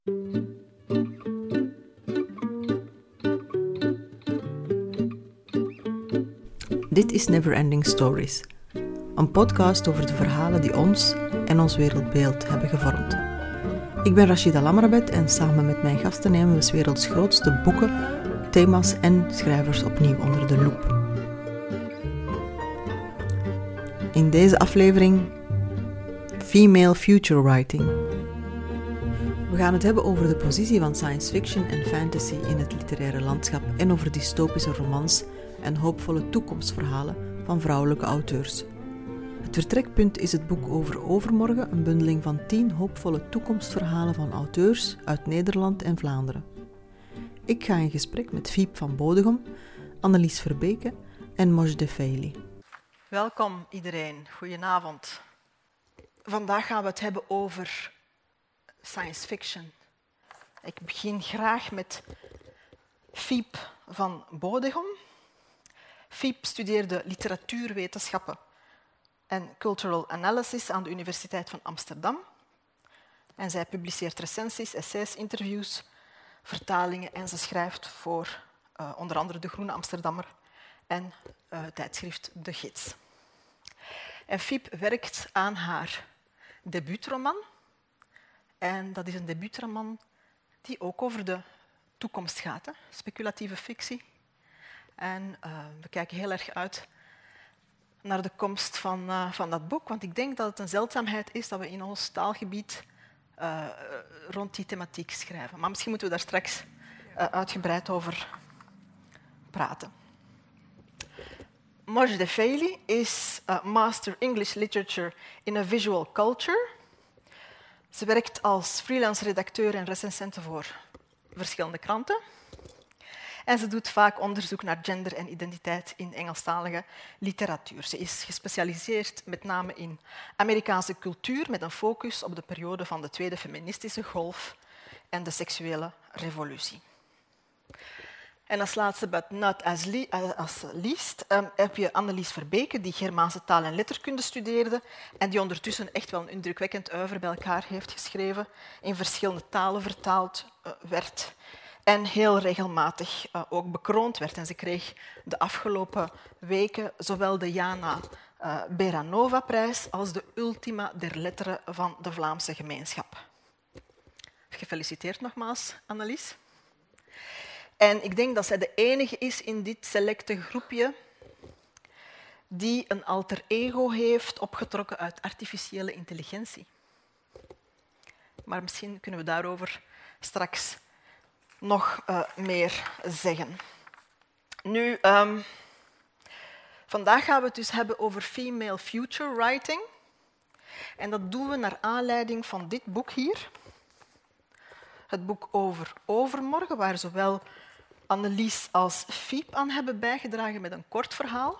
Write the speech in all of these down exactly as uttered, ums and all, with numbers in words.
Dit is Neverending Stories, een podcast over de verhalen die ons en ons wereldbeeld hebben gevormd. Ik ben Rachida Lamrabet en samen met mijn gasten nemen we 's werelds grootste boeken, thema's en schrijvers opnieuw onder de loep. In deze aflevering Female Future Writing. We gaan het hebben over de positie van science fiction en fantasy in het literaire landschap en over dystopische romans en hoopvolle toekomstverhalen van vrouwelijke auteurs. Het vertrekpunt is het boek Over Overmorgen, een bundeling van tien hoopvolle toekomstverhalen van auteurs uit Nederland en Vlaanderen. Ik ga in gesprek met Fiep van Bodegom, Annelies Verbeke en Mojde Feili. Welkom iedereen, goedenavond. Vandaag gaan we het hebben over science fiction. Ik begin graag met Fiep van Bodegom. Fiep studeerde literatuurwetenschappen en cultural analysis aan de Universiteit van Amsterdam. En zij publiceert recensies, essays, interviews, vertalingen en ze schrijft voor uh, onder andere De Groene Amsterdammer en uh, tijdschrift De Gids. En Fiep werkt aan haar debuutroman. En dat is een debuutroman die ook over de toekomst gaat, hè? Speculatieve fictie. En uh, we kijken heel erg uit naar de komst van, uh, van dat boek, want ik denk dat het een zeldzaamheid is dat we in ons taalgebied uh, rond die thematiek schrijven. Maar misschien moeten we daar straks uh, uitgebreid over praten. Mojde Feili is uh, Master English Literature in a Visual Culture. Ze werkt als freelance redacteur en recensente voor verschillende kranten. En ze doet vaak onderzoek naar gender en identiteit in Engelstalige literatuur. Ze is gespecialiseerd met name in Amerikaanse cultuur met een focus op de periode van de tweede feministische golf en de seksuele revolutie. En als laatste, but not as, le- as least, um, heb je Annelies Verbeke, die Germaanse taal en letterkunde studeerde en die ondertussen echt wel een indrukwekkend oeuvre bij elkaar heeft geschreven, in verschillende talen vertaald uh, werd en heel regelmatig uh, ook bekroond werd. En ze kreeg de afgelopen weken zowel de Jana uh, Beranova-prijs als de Ultima der Letteren van de Vlaamse gemeenschap. Gefeliciteerd nogmaals, Annelies. En ik denk dat zij de enige is in dit selecte groepje die een alter ego heeft opgetrokken uit artificiële intelligentie. Maar misschien kunnen we daarover straks nog uh, meer zeggen. Nu, um, vandaag gaan we het dus hebben over female future writing. En dat doen we naar aanleiding van dit boek hier. Het boek Over Overmorgen, waar zowel Annelies als Fiep aan hebben bijgedragen met een kort verhaal.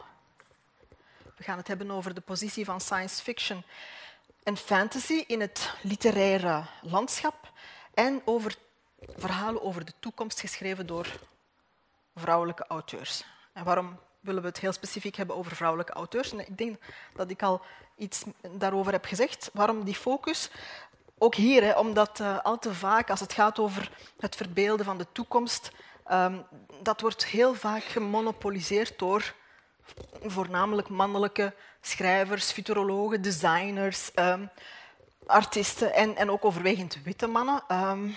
We gaan het hebben over de positie van science fiction en fantasy in het literaire landschap en over verhalen over de toekomst geschreven door vrouwelijke auteurs. En waarom willen we het heel specifiek hebben over vrouwelijke auteurs? En ik denk dat ik al iets daarover heb gezegd. Waarom die focus? Ook hier, hè, omdat uh, al te vaak, als het gaat over het verbeelden van de toekomst, um, dat wordt heel vaak gemonopoliseerd door voornamelijk mannelijke schrijvers, futurologen, designers, um, artiesten en, en ook overwegend witte mannen. Um,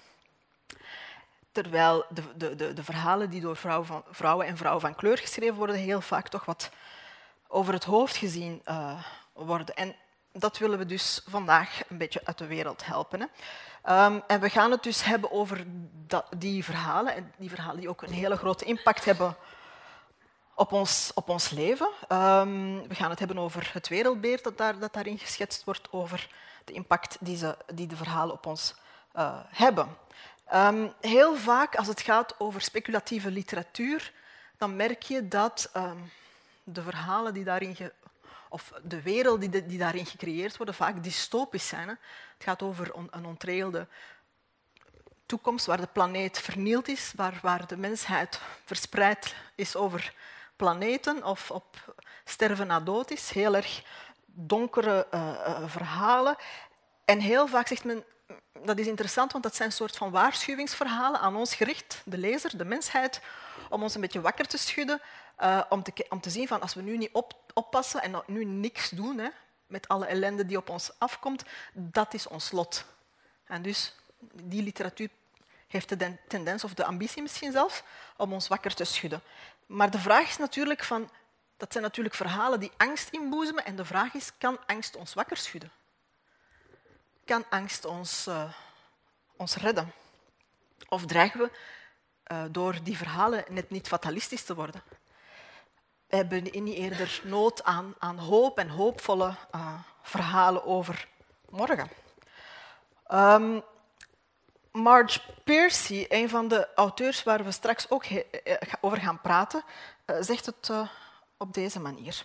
terwijl de, de, de, de verhalen die door vrouwen, van, vrouwen en vrouwen van kleur geschreven worden, heel vaak toch wat over het hoofd gezien uh, worden. En dat willen we dus vandaag een beetje uit de wereld helpen. Hè. Um, en we gaan het dus hebben over dat, die verhalen, en die verhalen die ook een hele grote impact hebben op ons, op ons leven. Um, we gaan het hebben over het wereldbeeld dat, daar, dat daarin geschetst wordt, over de impact die, ze, die de verhalen op ons uh, hebben. Um, heel vaak, als het gaat over speculatieve literatuur, dan merk je dat um, de verhalen die daarin ge, of de wereld die, die daarin gecreëerd worden, vaak dystopisch zijn. Hè. Het gaat over on, een ontregelde toekomst waar de planeet vernield is, waar, waar de mensheid verspreid is over planeten of op sterven na dood is. Heel erg donkere uh, uh, verhalen. En heel vaak zegt men, dat is interessant, want dat zijn een soort van waarschuwingsverhalen aan ons gericht, de lezer, de mensheid, om ons een beetje wakker te schudden, uh, om, te, om te zien van als we nu niet op, oppassen en nu niks doen, hè, met alle ellende die op ons afkomt, dat is ons lot. En dus die literatuur heeft de tendens, of de ambitie misschien zelfs, om ons wakker te schudden. Maar de vraag is natuurlijk van, dat zijn natuurlijk verhalen die angst inboezemen, en de vraag is, kan angst ons wakker schudden? Kan angst ons, uh, ons redden? Of dreigen we uh, door die verhalen net niet fatalistisch te worden? We hebben niet eerder nood aan, aan hoop en hoopvolle uh, verhalen over morgen. Um, Marge Piercy, een van de auteurs waar we straks ook over gaan praten, uh, zegt het uh, op deze manier.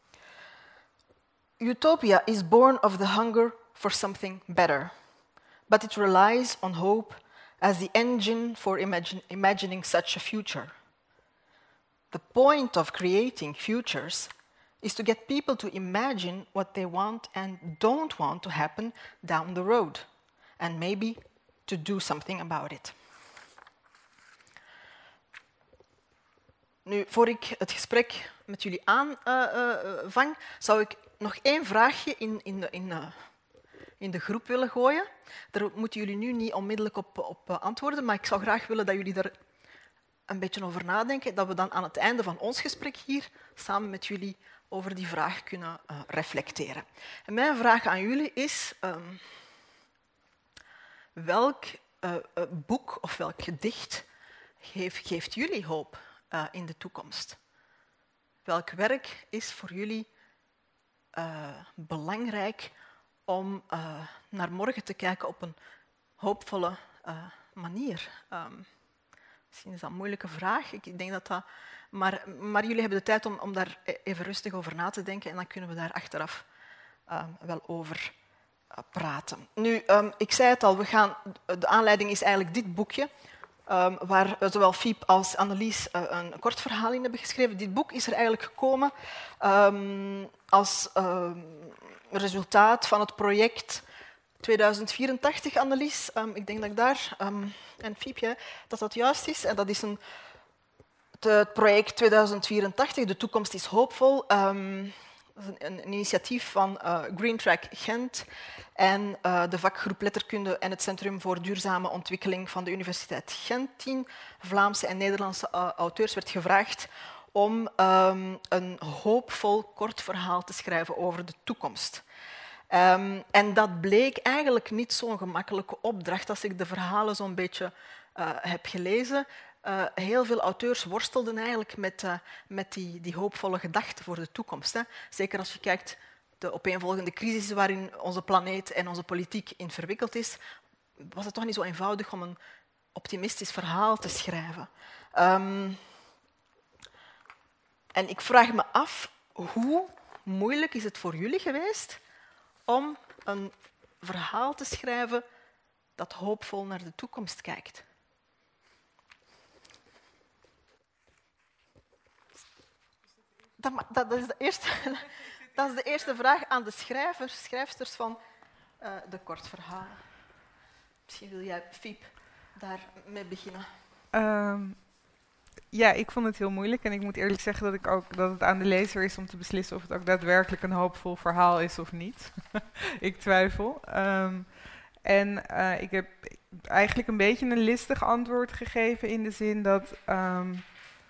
Utopia is born of the hunger for something better, but it relies on hope as the engine for imagine, imagining such a future. The point of creating futures is to get people to imagine what they want and don't want to happen down the road, and maybe to do something about it. Nu, voor ik het gesprek met jullie aanvang, uh, uh, zou ik nog één vraagje in, in, de, in, uh, in de groep willen gooien. Daar moeten jullie nu niet onmiddellijk op, op uh, antwoorden, maar ik zou graag willen dat jullie daar een beetje over nadenken, dat we dan aan het einde van ons gesprek hier samen met jullie over die vraag kunnen uh, reflecteren. En mijn vraag aan jullie is, um, welk uh, uh, boek of welk gedicht geeft, geeft jullie hoop uh, in de toekomst? Welk werk is voor jullie uh, belangrijk om uh, naar morgen te kijken op een hoopvolle uh, manier? Um, misschien is dat een moeilijke vraag. Ik denk dat dat... Maar, maar jullie hebben de tijd om, om daar even rustig over na te denken en dan kunnen we daar achteraf uh, wel over uh, praten. Nu, um, ik zei het al, we gaan, de aanleiding is eigenlijk dit boekje, um, waar zowel Fiep als Annelies uh, een kort verhaal in hebben geschreven. Dit boek is er eigenlijk gekomen um, als um, resultaat van het project tweeduizend vierentachtig, Annelies. Um, ik denk dat ik daar, um, en Fiepje, dat dat juist is. En dat is een, het project tweeduizend vierentachtig, De toekomst is hoopvol. Um, dat is een, een initiatief van uh, Green Track Gent en uh, de vakgroep Letterkunde en het Centrum voor Duurzame Ontwikkeling van de Universiteit Gent. Tien Vlaamse en Nederlandse uh, auteurs werd gevraagd om um, een hoopvol kort verhaal te schrijven over de toekomst. Um, en dat bleek eigenlijk niet zo'n gemakkelijke opdracht. Als ik de verhalen zo'n beetje uh, heb gelezen, uh, heel veel auteurs worstelden eigenlijk met, uh, met die, die hoopvolle gedachten voor de toekomst. Hè. Zeker als je kijkt de opeenvolgende crisis waarin onze planeet en onze politiek in verwikkeld is, was het toch niet zo eenvoudig om een optimistisch verhaal te schrijven. Um, en ik vraag me af, hoe moeilijk is het voor jullie geweest om een verhaal te schrijven dat hoopvol naar de toekomst kijkt? Dat, dat, is, de eerste, dat is de eerste vraag aan de schrijvers, schrijfsters van uh, de kortverhalen. Misschien wil jij, Fiep, daarmee beginnen. Um, ja, ik vond het heel moeilijk en ik moet eerlijk zeggen dat, ik ook, dat het aan de lezer is om te beslissen of het ook daadwerkelijk een hoopvol verhaal is of niet. Ik twijfel. Um, en uh, ik heb eigenlijk een beetje een listig antwoord gegeven in de zin dat... Um,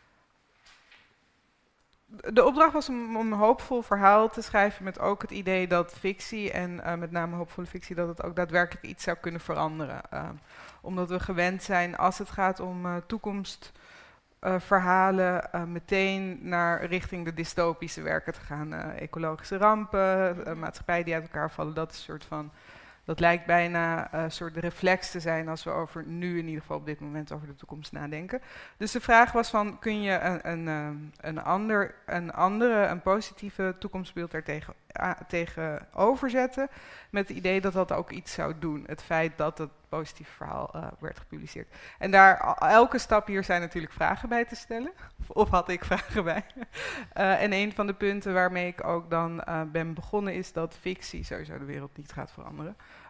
de opdracht was om, om een hoopvol verhaal te schrijven met ook het idee dat fictie en uh, met name hoopvolle fictie, dat het ook daadwerkelijk iets zou kunnen veranderen. Uh, omdat we gewend zijn als het gaat om uh, toekomstverhalen uh, meteen naar richting de dystopische werken te gaan. Uh, ecologische rampen, uh, maatschappij die uit elkaar vallen, dat is een soort van... Dat lijkt bijna een uh, soort reflex te zijn als we over nu in ieder geval op dit moment over de toekomst nadenken. Dus de vraag was van, kun je een, een, een, ander, een andere, een positieve toekomstbeeld daartegen uh, tegenover zetten met het idee dat dat ook iets zou doen. Het feit dat het positieve verhaal uh, werd gepubliceerd. En daar, elke stap hier zijn natuurlijk vragen bij te stellen. Of had ik vragen bij. Uh, en een van de punten waarmee ik ook dan uh, ben begonnen is dat fictie sowieso de wereld niet gaat veranderen.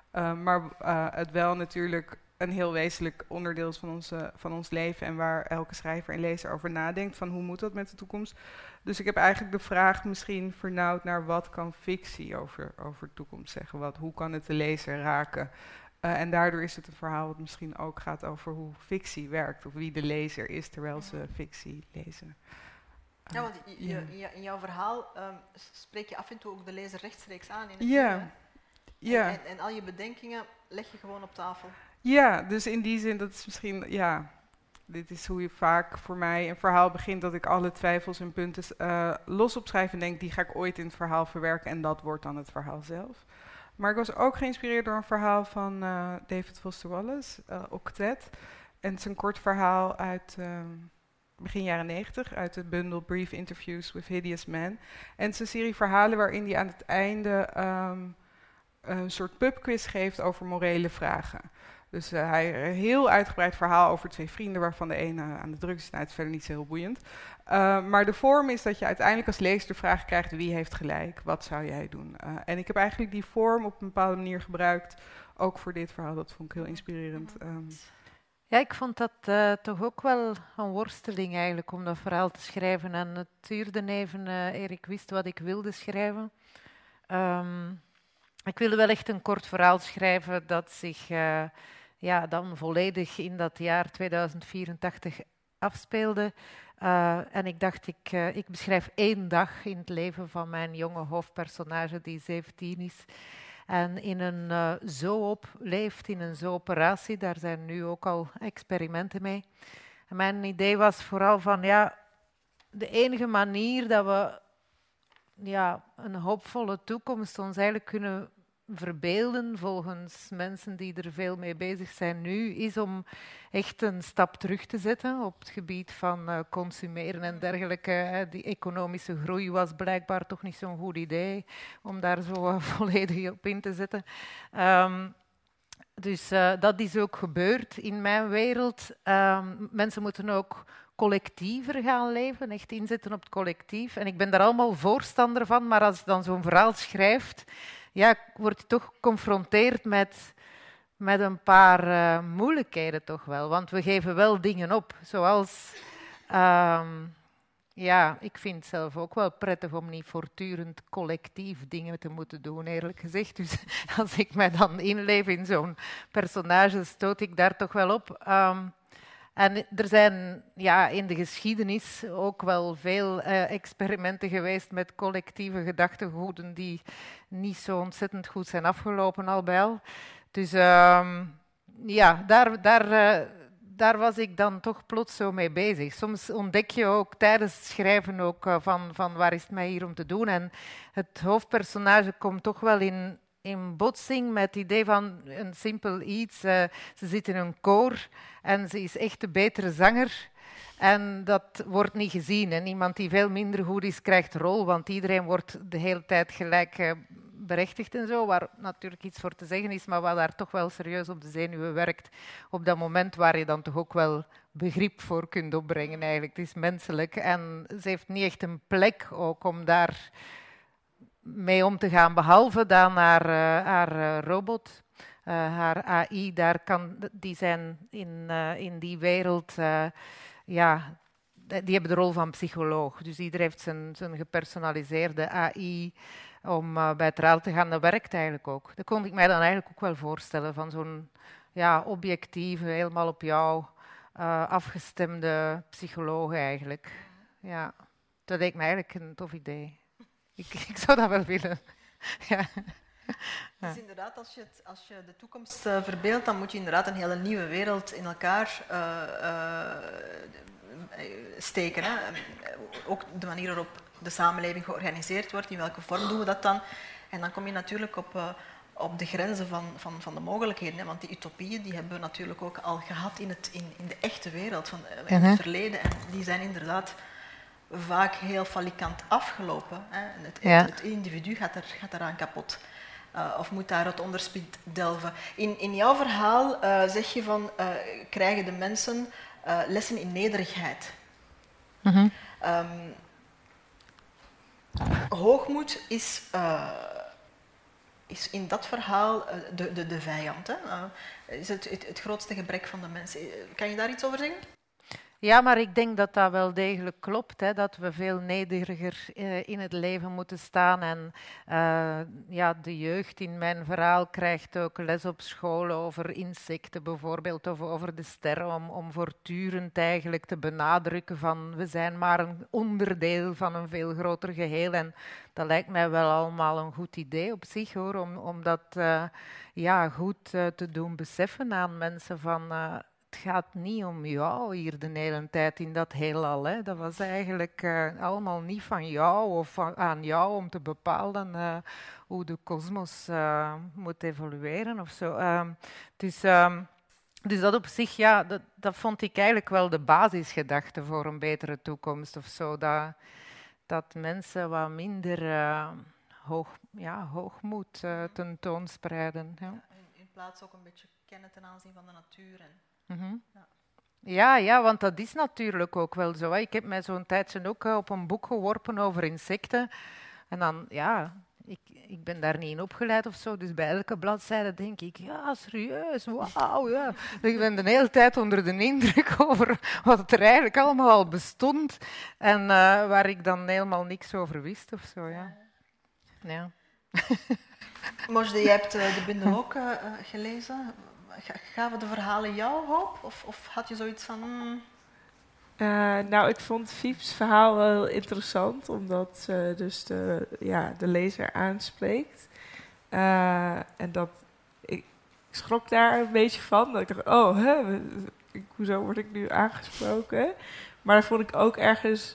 Uh, maar uh, het wel natuurlijk een heel wezenlijk onderdeel is van, onze, van ons leven en waar elke schrijver en lezer over nadenkt van hoe moet dat met de toekomst. Dus ik heb eigenlijk de vraag misschien vernauwd naar wat kan fictie over, over de toekomst zeggen, wat, hoe kan het de lezer raken. Uh, en daardoor is het een verhaal wat misschien ook gaat over hoe fictie werkt of wie de lezer is terwijl ze fictie lezen. Uh, ja, want je, ja. je, in jouw verhaal um, spreek je af en toe ook de lezer rechtstreeks aan in het ja. film, Ja. En, en, en al je bedenkingen leg je gewoon op tafel. Ja, dus in die zin, dat is misschien, ja, dit is hoe je vaak voor mij een verhaal begint, dat ik alle twijfels en punten uh, los opschrijf en denk, die ga ik ooit in het verhaal verwerken en dat wordt dan het verhaal zelf. Maar ik was ook geïnspireerd door een verhaal van uh, David Foster Wallace, uh, Octet. En het is een kort verhaal uit uh, begin jaren negentig, uit het bundel Brief Interviews with Hideous Men. En het is een serie verhalen waarin hij aan het einde um, een soort pubquiz geeft over morele vragen. Dus uh, hij een heel uitgebreid verhaal over twee vrienden, waarvan de ene aan de drugs is. Nou, het is verder niet zo heel boeiend. Uh, maar de vorm is dat je uiteindelijk als lezer de vraag krijgt, wie heeft gelijk? Wat zou jij doen? Uh, en ik heb eigenlijk die vorm op een bepaalde manier gebruikt, ook voor dit verhaal. Dat vond ik heel inspirerend. Um. Ja, ik vond dat uh, toch ook wel een worsteling eigenlijk om dat verhaal te schrijven. En het duurde even uh, eer ik wist wat ik wilde schrijven. Um, ik wilde wel echt een kort verhaal schrijven dat zich uh, ja, dan volledig in dat jaar tweeduizend vierentachtig afspeelde. Uh, en ik dacht, ik, uh, ik beschrijf één dag in het leven van mijn jonge hoofdpersonage die zeventien is. En in een uh, zoop leeft, in een zooperatie. Daar zijn nu ook al experimenten mee. En mijn idee was vooral van, ja, de enige manier dat we ja, een hoopvolle toekomst ons eigenlijk kunnen verbeelden, volgens mensen die er veel mee bezig zijn nu, is om echt een stap terug te zetten op het gebied van uh, consumeren en dergelijke. Hè. Die economische groei was blijkbaar toch niet zo'n goed idee om daar zo uh, volledig op in te zetten. Um, dus uh, dat is ook gebeurd in mijn wereld. Um, mensen moeten ook collectiever gaan leven, echt inzetten op het collectief. En ik ben daar allemaal voorstander van, maar als je dan zo'n verhaal schrijft, ja, word je toch geconfronteerd met, met een paar uh, moeilijkheden toch wel. Want we geven wel dingen op, zoals... Um, ja, ik vind het zelf ook wel prettig om niet voortdurend collectief dingen te moeten doen, eerlijk gezegd. Dus als ik mij dan inleef in zo'n personage, stoot ik daar toch wel op. Um, En er zijn ja, in de geschiedenis ook wel veel uh, experimenten geweest met collectieve gedachtegoeden die niet zo ontzettend goed zijn afgelopen al bij al. Dus uh, ja, daar, daar, uh, daar was ik dan toch plots zo mee bezig. Soms ontdek je ook tijdens het schrijven ook, uh, van, van waar is het mij hier om te doen. En het hoofdpersonage komt toch wel in... in botsing met het idee van een simpel iets. Uh, ze zit in een koor en ze is echt de betere zanger. En dat wordt niet gezien. En iemand die veel minder goed is, krijgt rol, want iedereen wordt de hele tijd gelijk uh, berechtigd en zo, waar natuurlijk iets voor te zeggen is, maar wat daar toch wel serieus op de zenuwen werkt. Op dat moment waar je dan toch ook wel begrip voor kunt opbrengen eigenlijk. Het is menselijk en ze heeft niet echt een plek ook om daar... mee om te gaan, behalve dan haar, uh, haar uh, robot, uh, haar A I, daar kan, die zijn in, uh, in die wereld, uh, ja, die hebben de rol van psycholoog. Dus ieder heeft zijn, zijn gepersonaliseerde A I om uh, bij het verhaal te gaan. Dat werkt eigenlijk ook. Dat kon ik mij dan eigenlijk ook wel voorstellen, van zo'n ja, objectieve, helemaal op jou uh, afgestemde psycholoog eigenlijk. Ja, dat leek me eigenlijk een tof idee. Ik, ik zou dat wel willen. Ja. Dus inderdaad, als je, het, als je de toekomst uh, verbeeldt, dan moet je inderdaad een hele nieuwe wereld in elkaar uh, uh, steken. Hè. Ook de manier waarop de samenleving georganiseerd wordt, in welke vorm doen we dat dan? En dan kom je natuurlijk op, uh, op de grenzen van, van, van de mogelijkheden. Hè. Want die utopieën die hebben we natuurlijk ook al gehad in, het, in, in de echte wereld, van, uh, in uh-huh. het verleden. En die zijn inderdaad... vaak heel falikant afgelopen. Hè. Het, ja. het individu gaat, er, gaat eraan kapot. Uh, of moet daar het onderspit delven. In, in jouw verhaal uh, zeg je van, uh, krijgen de mensen uh, lessen in nederigheid. Mm-hmm. Um, hoogmoed is, uh, is in dat verhaal uh, de, de, de vijand. Hè? Uh, is het, het het grootste gebrek van de mensen. Kan je daar iets over zeggen? Ja, maar ik denk dat dat wel degelijk klopt, hè, dat we veel nederiger uh, in het leven moeten staan. En uh, ja, de jeugd in mijn verhaal krijgt ook les op school over insecten bijvoorbeeld, of over de sterren, om, om voortdurend eigenlijk te benadrukken van we zijn maar een onderdeel van een veel groter geheel. En dat lijkt mij wel allemaal een goed idee op zich, hoor, om, om dat uh, ja, goed uh, te doen beseffen aan mensen van... Uh, Het gaat niet om jou hier de hele tijd in dat heelal. Hè. Dat was eigenlijk uh, allemaal niet van jou of van, aan jou om te bepalen uh, hoe de kosmos uh, moet evolueren of zo. Um, dus, um, dus dat op zich, ja, dat, dat vond ik eigenlijk wel de basisgedachte voor een betere toekomst of zo. Dat, dat mensen wat minder uh, hoog, ja, hoogmoed uh, tentoonspreiden. Ja. Ja, in, in plaats ook een beetje kennen ten aanzien van de natuur. En Mm-hmm. Ja. Ja, ja, want dat is natuurlijk ook wel zo. Hè. Ik heb mij zo'n tijdje ook uh, op een boek geworpen over insecten. En dan, ja, ik, ik ben daar niet in opgeleid of zo. Dus bij elke bladzijde denk ik, ja, serieus, wauw, ja. Ik ben de hele tijd onder de indruk over wat er eigenlijk allemaal al bestond. En uh, waar ik dan helemaal niks over wist of zo, ja. Ja. Mojde, je hebt uh, de bundel ook uh, gelezen. Gaven de verhalen jou hoop? Of, of had je zoiets van... Mm... Uh, nou, ik vond Fiep's verhaal wel interessant, omdat ze dus de, ja, de lezer aanspreekt. Uh, en dat... Ik, ik schrok daar een beetje van. Dat ik dacht, oh, hè, hoezo word ik nu aangesproken? Maar dat vond ik ook ergens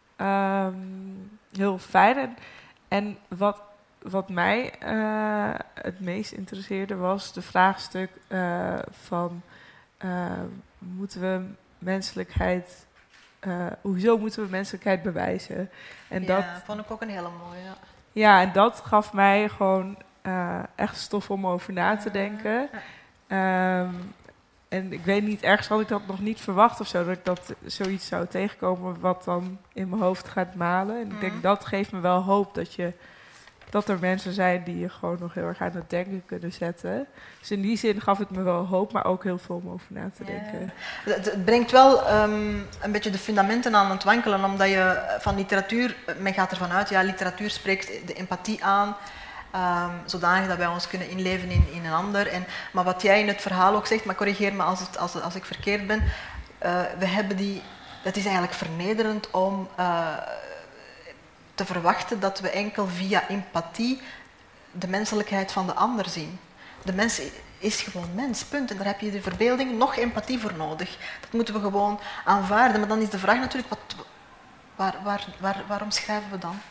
um, heel fijn. En, en wat... Wat mij uh, het meest interesseerde was de vraagstuk uh, van... Uh, moeten we menselijkheid... Uh, hoezo moeten we menselijkheid bewijzen? En ja, dat vond ik ook een hele mooie. Ja, ja en dat gaf mij gewoon uh, echt stof om over na te denken. Ja. Um, en ik weet niet, ergens had ik dat nog niet verwacht of zo... dat ik dat zoiets zou tegenkomen wat dan in mijn hoofd gaat malen. En mm. ik denk, dat geeft me wel hoop dat je... dat er mensen zijn die je gewoon nog heel erg aan het denken kunnen zetten. Dus in die zin gaf het me wel hoop, maar ook heel veel om over na te denken. Ja. Het, het brengt wel um, een beetje de fundamenten aan het wankelen, omdat je van literatuur, men gaat ervan uit, ja, literatuur spreekt de empathie aan, um, zodanig dat wij ons kunnen inleven in, in een ander. En, maar wat jij in het verhaal ook zegt, maar corrigeer me als, het, als, als ik verkeerd ben, uh, we hebben die, het is eigenlijk vernederend om... Uh, te verwachten dat we enkel via empathie de menselijkheid van de ander zien. De mens is gewoon mens, punt. En daar heb je de verbeelding nog empathie voor nodig. Dat moeten we gewoon aanvaarden. Maar dan is de vraag natuurlijk, wat, waar, waar, waar, waarom schrijven we dan?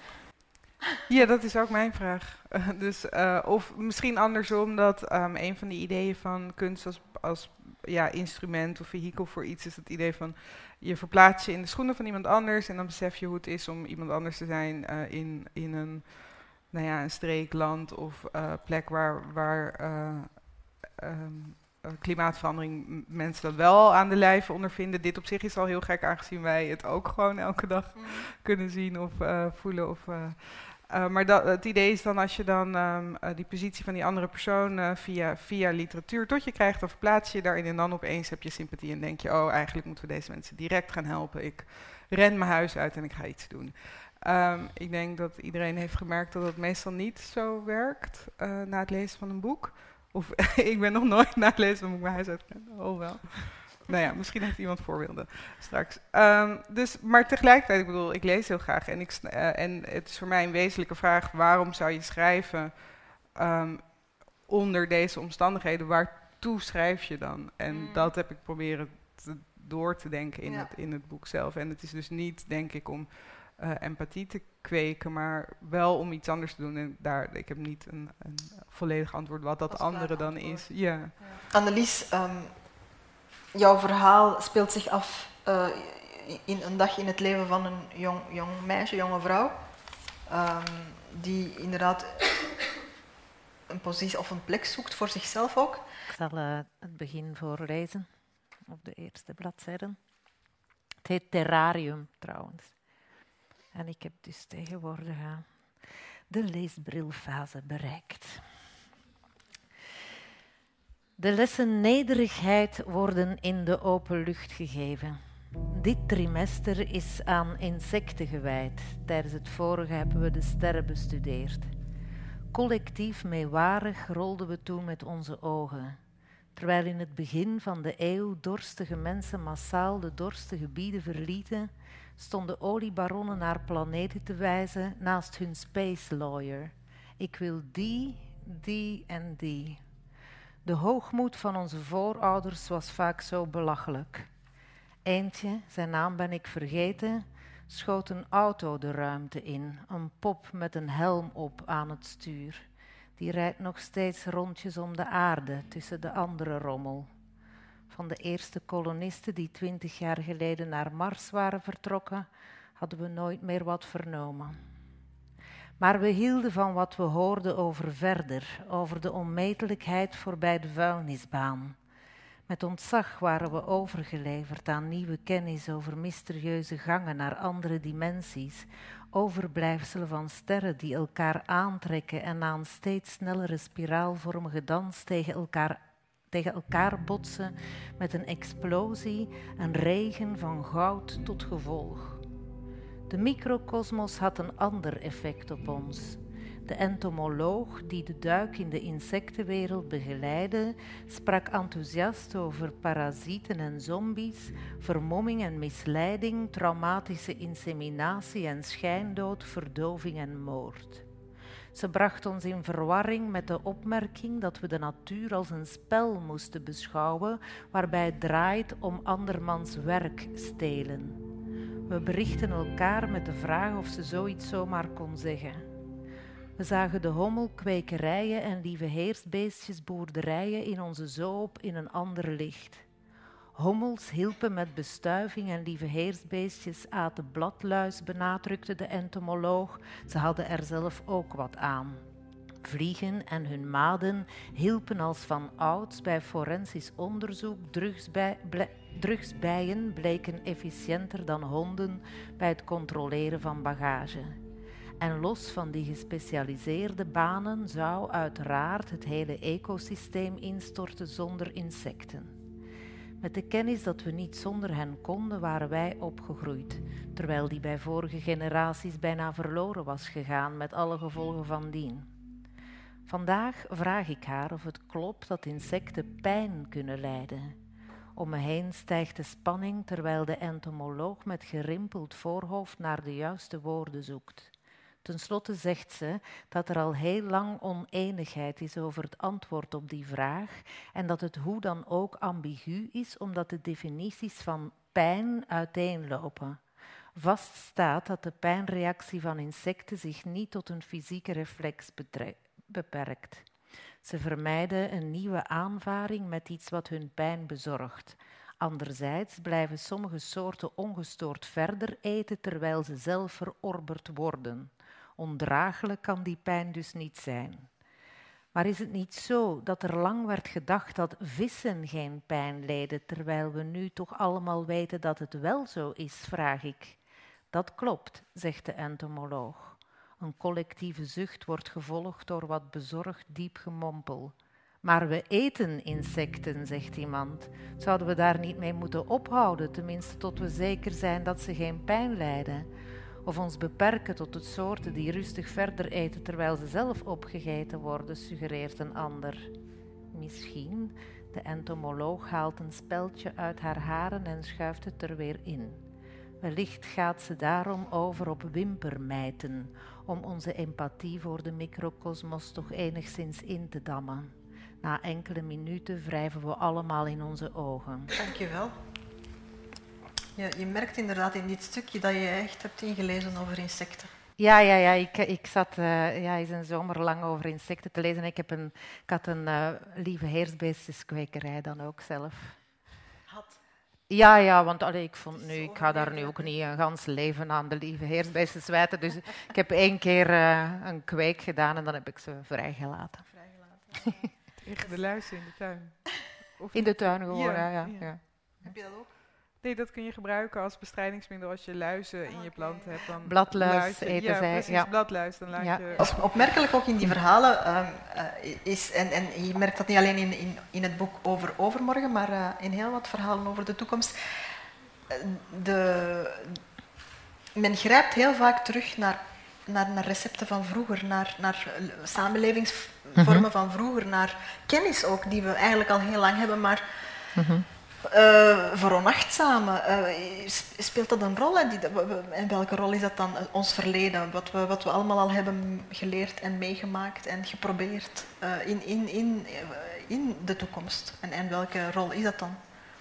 Ja, dat is ook mijn vraag. Uh, dus, uh, of misschien andersom, dat um, een van die ideeën van kunst als, als ja, instrument of vehikel voor iets is het idee van... je verplaatst je in de schoenen van iemand anders en dan besef je hoe het is om iemand anders te zijn uh, in, in een, nou ja, een streek, land of uh, plek waar, waar uh, um, uh, klimaatverandering mensen dat wel aan de lijve ondervinden. Dit op zich is al heel gek, aangezien wij het ook gewoon elke dag mm. kunnen zien of uh, voelen. Of, uh, uh, maar dat, het idee is dan als je dan um, uh, die positie van die andere persoon uh, via, via literatuur tot je krijgt, dan verplaats je je daarin en dan opeens heb je sympathie en denk je, oh, eigenlijk moeten we deze mensen direct gaan helpen. Ik ren mijn huis uit en ik ga iets doen. Um, ik denk dat iedereen heeft gemerkt dat het meestal niet zo werkt uh, na het lezen van een boek. Of ik ben nog nooit na het lezen van een boek mijn huis uitgegaan. Oh wel. Nou ja, misschien heeft iemand voorbeelden straks. Um, dus, maar tegelijkertijd, ik bedoel, ik lees heel graag. En, ik, uh, en het is voor mij een wezenlijke vraag, waarom zou je schrijven um, onder deze omstandigheden? Waartoe schrijf je dan? En mm. dat heb ik proberen te, door te denken in, ja. het, in het boek zelf. En het is dus niet, denk ik, om uh, empathie te kweken, maar wel om iets anders te doen. En daar, ik heb niet een, een volledig antwoord wat dat andere dan antwoord. is. Ja. Ja. Annelies, um, jouw verhaal speelt zich af uh, in een dag in het leven van een jong, jong meisje, jonge vrouw, um, die inderdaad een positie of een plek zoekt voor zichzelf ook. Ik zal uh, het begin voorlezen op de eerste bladzijde. Het heet Terrarium trouwens. En ik heb dus tegenwoordig uh, de leesbrilfase bereikt. De lessen nederigheid worden in de open lucht gegeven. Dit trimester is aan insecten gewijd. Tijdens het vorige hebben we de sterren bestudeerd. Collectief meewarig rolden we toen met onze ogen. Terwijl in het begin van de eeuw dorstige mensen massaal de dorstige gebieden verlieten, stonden oliebaronnen naar planeten te wijzen naast hun space lawyer. Ik wil die, die en die. De hoogmoed van onze voorouders was vaak zo belachelijk. Eentje, zijn naam ben ik vergeten, schoot een auto de ruimte in, een pop met een helm op aan het stuur. Die rijdt nog steeds rondjes om de aarde tussen de andere rommel. Van de eerste kolonisten die twintig jaar geleden naar Mars waren vertrokken, hadden we nooit meer wat vernomen. Maar we hielden van wat we hoorden over verder, over de onmetelijkheid voorbij de vuilnisbaan. Met ontzag waren we overgeleverd aan nieuwe kennis over mysterieuze gangen naar andere dimensies, overblijfselen van sterren die elkaar aantrekken en na een steeds snellere spiraalvormige dans tegen elkaar, tegen elkaar botsen met een explosie, een regen van goud tot gevolg. De microcosmos had een ander effect op ons. De entomoloog die de duik in de insectenwereld begeleidde, sprak enthousiast over parasieten en zombies, vermomming en misleiding, traumatische inseminatie en schijndood, verdoving en moord. Ze bracht ons in verwarring met de opmerking dat we de natuur als een spel moesten beschouwen, waarbij het draait om andermans werk stelen. We berichten elkaar met de vraag of ze zoiets zomaar kon zeggen. We zagen de hommelkwekerijen en lieve heersbeestjesboerderijen in onze zoop in een ander licht. Hommels hielpen met bestuiving en lieve heersbeestjes aten bladluis, benadrukte de entomoloog. Ze hadden er zelf ook wat aan. Vliegen en hun maden hielpen als van ouds bij forensisch onderzoek. Drugsbij, ble, drugsbijen bleken efficiënter dan honden bij het controleren van bagage. En los van die gespecialiseerde banen zou uiteraard het hele ecosysteem instorten zonder insecten. Met de kennis dat we niet zonder hen konden, waren wij opgegroeid, terwijl die bij vorige generaties bijna verloren was gegaan met alle gevolgen van dien. Vandaag vraag ik haar of het klopt dat insecten pijn kunnen lijden. Om me heen stijgt de spanning terwijl de entomoloog met gerimpeld voorhoofd naar de juiste woorden zoekt. Ten slotte zegt ze dat er al heel lang oneenigheid is over het antwoord op die vraag en dat het hoe dan ook ambigu is omdat de definities van pijn uiteenlopen. Vast staat dat de pijnreactie van insecten zich niet tot een fysieke reflex beperkt. Ze vermijden een nieuwe aanvaring met iets wat hun pijn bezorgt. Anderzijds blijven sommige soorten ongestoord verder eten terwijl ze zelf verorberd worden. Ondraaglijk kan die pijn dus niet zijn. Maar is het niet zo dat er lang werd gedacht dat vissen geen pijn leden, terwijl we nu toch allemaal weten dat het wel zo is, vraag ik. Dat klopt, zegt de entomoloog. Een collectieve zucht wordt gevolgd door wat bezorgd diep gemompel. Maar we eten insecten, zegt iemand. Zouden we daar niet mee moeten ophouden, tenminste tot we zeker zijn dat ze geen pijn lijden? Of ons beperken tot de soorten die rustig verder eten terwijl ze zelf opgegeten worden, suggereert een ander. Misschien, de entomoloog haalt een speldje uit haar haren en schuift het er weer in. Wellicht gaat ze daarom over op wimpermijten, om onze empathie voor de microcosmos toch enigszins in te dammen. Na enkele minuten wrijven we allemaal in onze ogen. Dank je wel. Ja, je merkt inderdaad in dit stukje dat je echt hebt ingelezen over insecten. Ja, ja, ja. Ik, ik zat uh, ja, eens een zomer lang over insecten te lezen. Ik, heb een, ik had een uh, lieve heersbeestjeskwekerij dan ook zelf. Had. Ja, ja, want allee, ik vond nu, ik ga daar nu ook niet een gans leven aan de lieve heersbeesten zwijten. Dus ik heb één keer uh, een kweek gedaan en dan heb ik ze vrijgelaten. Vrijgelaten. Tegen de luizen in de tuin. Of in de tuin gewoon, ja. ja, ja. ja. Heb je dat ook? Nee, dat kun je gebruiken als bestrijdingsmiddel als je luizen in je plant hebt. Dan Bladluis luizen- eten ja, zij, precies, ja. bladluis. Dan laat Ja. je... Op- Opmerkelijk ook in die verhalen um, uh, is, en, en je merkt dat niet alleen in, in, in het boek over overmorgen, maar uh, in heel wat verhalen over de toekomst. Uh, de, men grijpt heel vaak terug naar, naar, naar recepten van vroeger, naar, naar samenlevingsvormen mm-hmm. van vroeger, naar kennis ook, die we eigenlijk al heel lang hebben, maar mm-hmm. uh, veronachtzamen. Uh, speelt dat een rol? Die, en welke rol is dat dan ons verleden, wat we, wat we allemaal al hebben geleerd en meegemaakt en geprobeerd uh, in, in, in, in de toekomst? En, en welke rol is dat dan?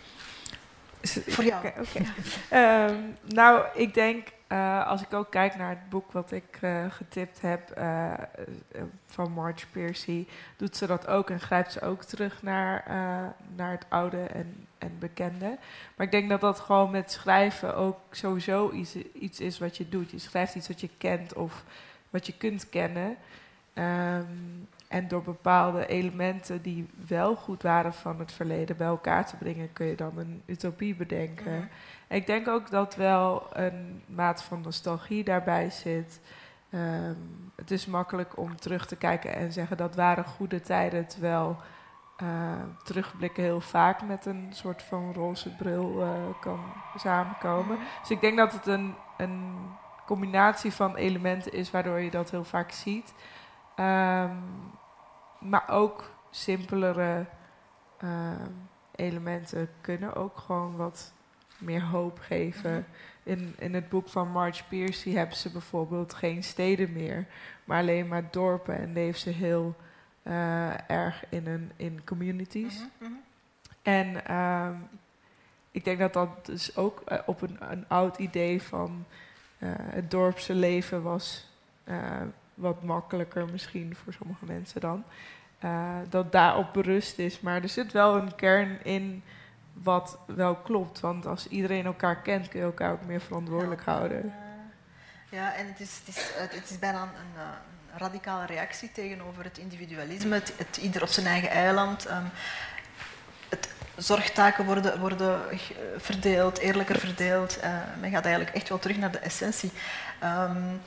Voor jou. Okay, okay. um, nou, ik denk, uh, als ik ook kijk naar het boek wat ik uh, getipt heb uh, uh, van Marge Piercy, doet ze dat ook en grijpt ze ook terug naar, uh, naar het oude en, en bekende. Maar ik denk dat dat gewoon met schrijven ook sowieso iets, iets is wat je doet. Je schrijft iets wat je kent of wat je kunt kennen. Um, En door bepaalde elementen die wel goed waren van het verleden bij elkaar te brengen, kun je dan een utopie bedenken. Mm-hmm. En ik denk ook dat wel een maat van nostalgie daarbij zit. Um, het is makkelijk om terug te kijken en zeggen dat waren goede tijden, terwijl uh, terugblikken heel vaak met een soort van roze bril uh, kan samenkomen. Mm-hmm. Dus ik denk dat het een, een combinatie van elementen is waardoor je dat heel vaak ziet. Um, maar ook simpelere uh, elementen kunnen ook gewoon wat meer hoop geven. Mm-hmm. In, in het boek van Marge Piercy hebben ze bijvoorbeeld geen steden meer, maar alleen maar dorpen en leven ze heel uh, erg in, een, in communities. Mm-hmm. Mm-hmm. En um, ik denk dat dat dus ook uh, op een, een oud idee van uh, het dorpse leven was. Uh, wat makkelijker misschien voor sommige mensen dan. Uh, dat daarop berust is. Maar er zit wel een kern in wat wel klopt. Want als iedereen elkaar kent, kun je elkaar ook meer verantwoordelijk ja. houden. Uh, ja, en het is, het is, het is bijna een, een radicale reactie tegenover het individualisme. Het, het ieder op zijn eigen eiland. Um, het, zorgtaken worden, worden verdeeld, eerlijker verdeeld. Uh, men gaat eigenlijk echt wel terug naar de essentie. Um,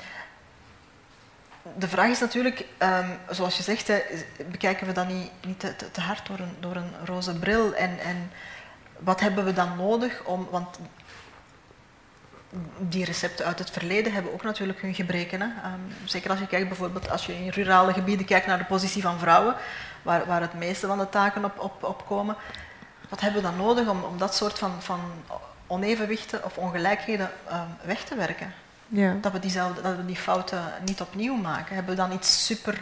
De vraag is natuurlijk, um, zoals je zegt, hè, bekijken we dat niet, niet te, te hard door een, door een roze bril. En, en wat hebben we dan nodig om... Want die recepten uit het verleden hebben ook natuurlijk hun gebreken. Hè. Um, zeker als je kijkt bijvoorbeeld, als je in rurale gebieden kijkt naar de positie van vrouwen, waar, waar het meeste van de taken op, op, op komen. Wat hebben we dan nodig om, om dat soort van, van onevenwichten of ongelijkheden um, weg te werken? Ja. Dat, we diezelfde, dat we die fouten niet opnieuw maken. Hebben we dan iets super,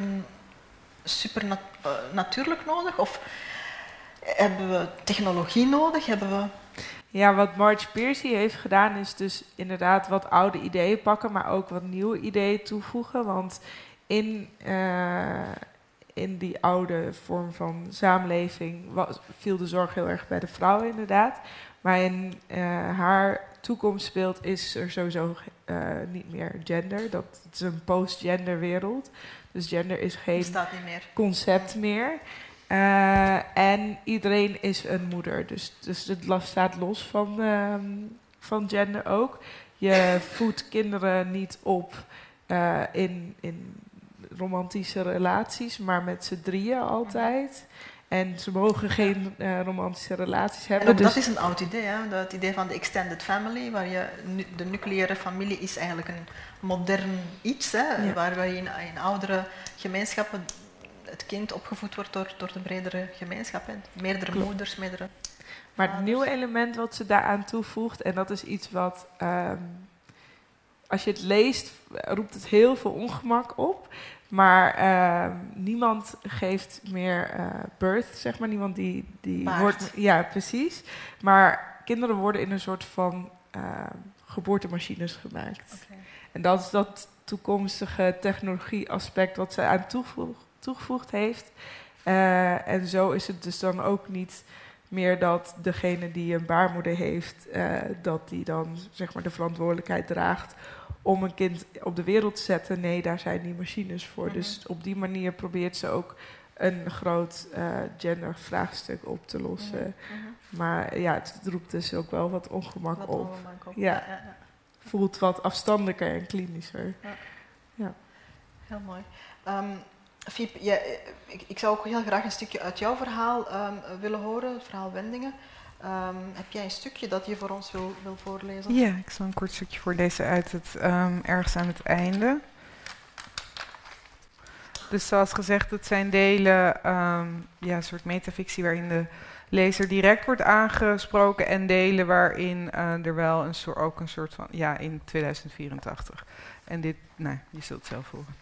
super nat, uh, natuurlijk nodig? Of hebben we technologie nodig? Hebben we... Ja, wat Marge Piercy heeft gedaan is dus inderdaad wat oude ideeën pakken, maar ook wat nieuwe ideeën toevoegen. Want in, uh, in die oude vorm van samenleving was, viel de zorg heel erg bij de vrouw inderdaad. Maar in uh, haar toekomstbeeld is er sowieso uh, niet meer gender. Dat, het is een post-gender wereld. Dus gender is geen niet meer. concept meer. Uh, en iedereen is een moeder. Dus, dus het staat los van, uh, van gender ook. Je voedt kinderen niet op uh, in, in romantische relaties, maar met z'n drieën altijd. En ze mogen geen uh, romantische relaties hebben. En ook dus dat is een oud idee, hè? Het idee van de extended family, waar je nu, de nucleaire familie is eigenlijk een modern iets, hè? Ja. Waar, waar je in, in oudere gemeenschappen het kind opgevoed wordt door, door de bredere gemeenschap. Hè? Meerdere Klopt. moeders, meerdere Maar het nieuwe element wat ze daaraan toevoegt, en dat is iets wat, um, als je het leest, roept het heel veel ongemak op. Maar uh, niemand geeft meer uh, birth, zeg maar. Niemand die, die wordt... Ja, precies. Maar kinderen worden in een soort van uh, geboortemachines gemaakt. Okay. En dat is dat toekomstige technologie-aspect wat ze aan toevoeg, toegevoegd heeft. Uh, en zo is het dus dan ook niet meer dat degene die een baarmoeder heeft, uh, dat die dan zeg maar de verantwoordelijkheid draagt om een kind op de wereld te zetten. Nee, daar zijn die machines voor. Mm-hmm. Dus op die manier probeert ze ook een groot uh, gendervraagstuk op te lossen. Mm-hmm. Maar ja, het roept dus ook wel wat ongemak Wat op. ongemak op. Ja. Ja, ja, ja. Voelt wat afstandelijker en klinischer. Ja. Ja. Heel mooi. Um, Fiep, jij, ik, ik zou ook heel graag een stukje uit jouw verhaal um, willen horen, het verhaal Wendingen. Um, heb jij een stukje dat je voor ons wil, wil voorlezen? Ja, ik zal een kort stukje voorlezen uit het um, ergens aan het einde. Dus zoals gezegd, het zijn delen, um, ja, een soort metafictie waarin de lezer direct wordt aangesproken en delen waarin uh, er wel een soort, ook een soort van, ja, in tweeduizend vierentachtig. En dit, nou, je zult het zelf horen.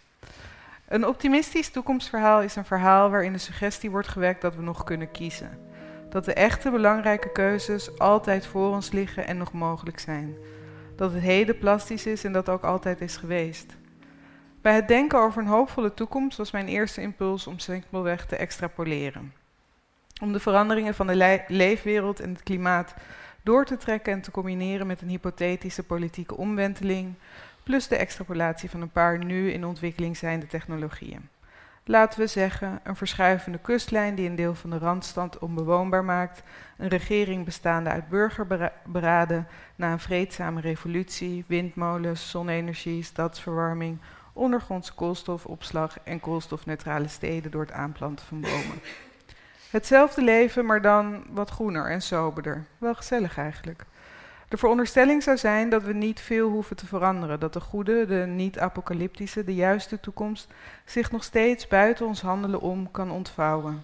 Een optimistisch toekomstverhaal is een verhaal waarin de suggestie wordt gewekt dat we nog kunnen kiezen. Dat de echte belangrijke keuzes altijd voor ons liggen en nog mogelijk zijn. Dat het heden plastisch is en dat ook altijd is geweest. Bij het denken over een hoopvolle toekomst was mijn eerste impuls om simpelweg te extrapoleren. Om de veranderingen van de le- leefwereld en het klimaat door te trekken en te combineren met een hypothetische politieke omwenteling, plus de extrapolatie van een paar nu in ontwikkeling zijnde technologieën. Laten we zeggen, een verschuivende kustlijn die een deel van de Randstad onbewoonbaar maakt, een regering bestaande uit burgerberaden na een vreedzame revolutie, windmolens, zonne-energie, stadsverwarming, ondergrondse koolstofopslag en koolstofneutrale steden door het aanplanten van bomen. Hetzelfde leven, maar dan wat groener en soberder. Wel gezellig eigenlijk. De veronderstelling zou zijn dat we niet veel hoeven te veranderen, dat de goede, de niet-apocalyptische, de juiste toekomst zich nog steeds buiten ons handelen om kan ontvouwen.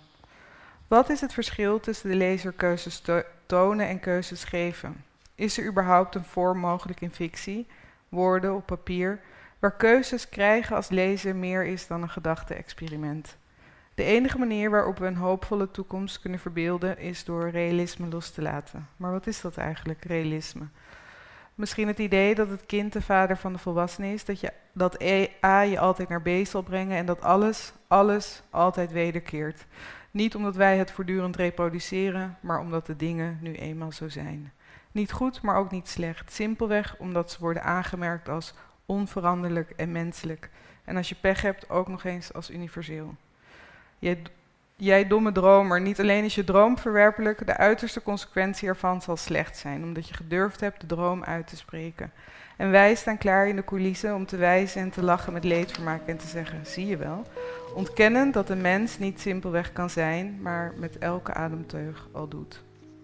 Wat is het verschil tussen de lezer keuzes to- tonen en keuzes geven? Is er überhaupt een vorm mogelijk in fictie, woorden op papier, waar keuzes krijgen als lezer meer is dan een gedachte-experiment? De enige manier waarop we een hoopvolle toekomst kunnen verbeelden is door realisme los te laten. Maar wat is dat eigenlijk, realisme? Misschien het idee dat het kind de vader van de volwassene is, dat, je, dat A je altijd naar B zal brengen en dat alles, alles altijd wederkeert. Niet omdat wij het voortdurend reproduceren, maar omdat de dingen nu eenmaal zo zijn. Niet goed, maar ook niet slecht. Simpelweg omdat ze worden aangemerkt als onveranderlijk en menselijk. En als je pech hebt, ook nog eens als universeel. Jij, jij domme dromer, niet alleen is je droom verwerpelijk, de uiterste consequentie ervan zal slecht zijn, omdat je gedurfd hebt de droom uit te spreken. En wij staan klaar in de coulissen om te wijzen en te lachen met leedvermaak en te zeggen, zie je wel, ontkennend dat een mens niet simpelweg kan zijn, maar met elke ademteug al doet.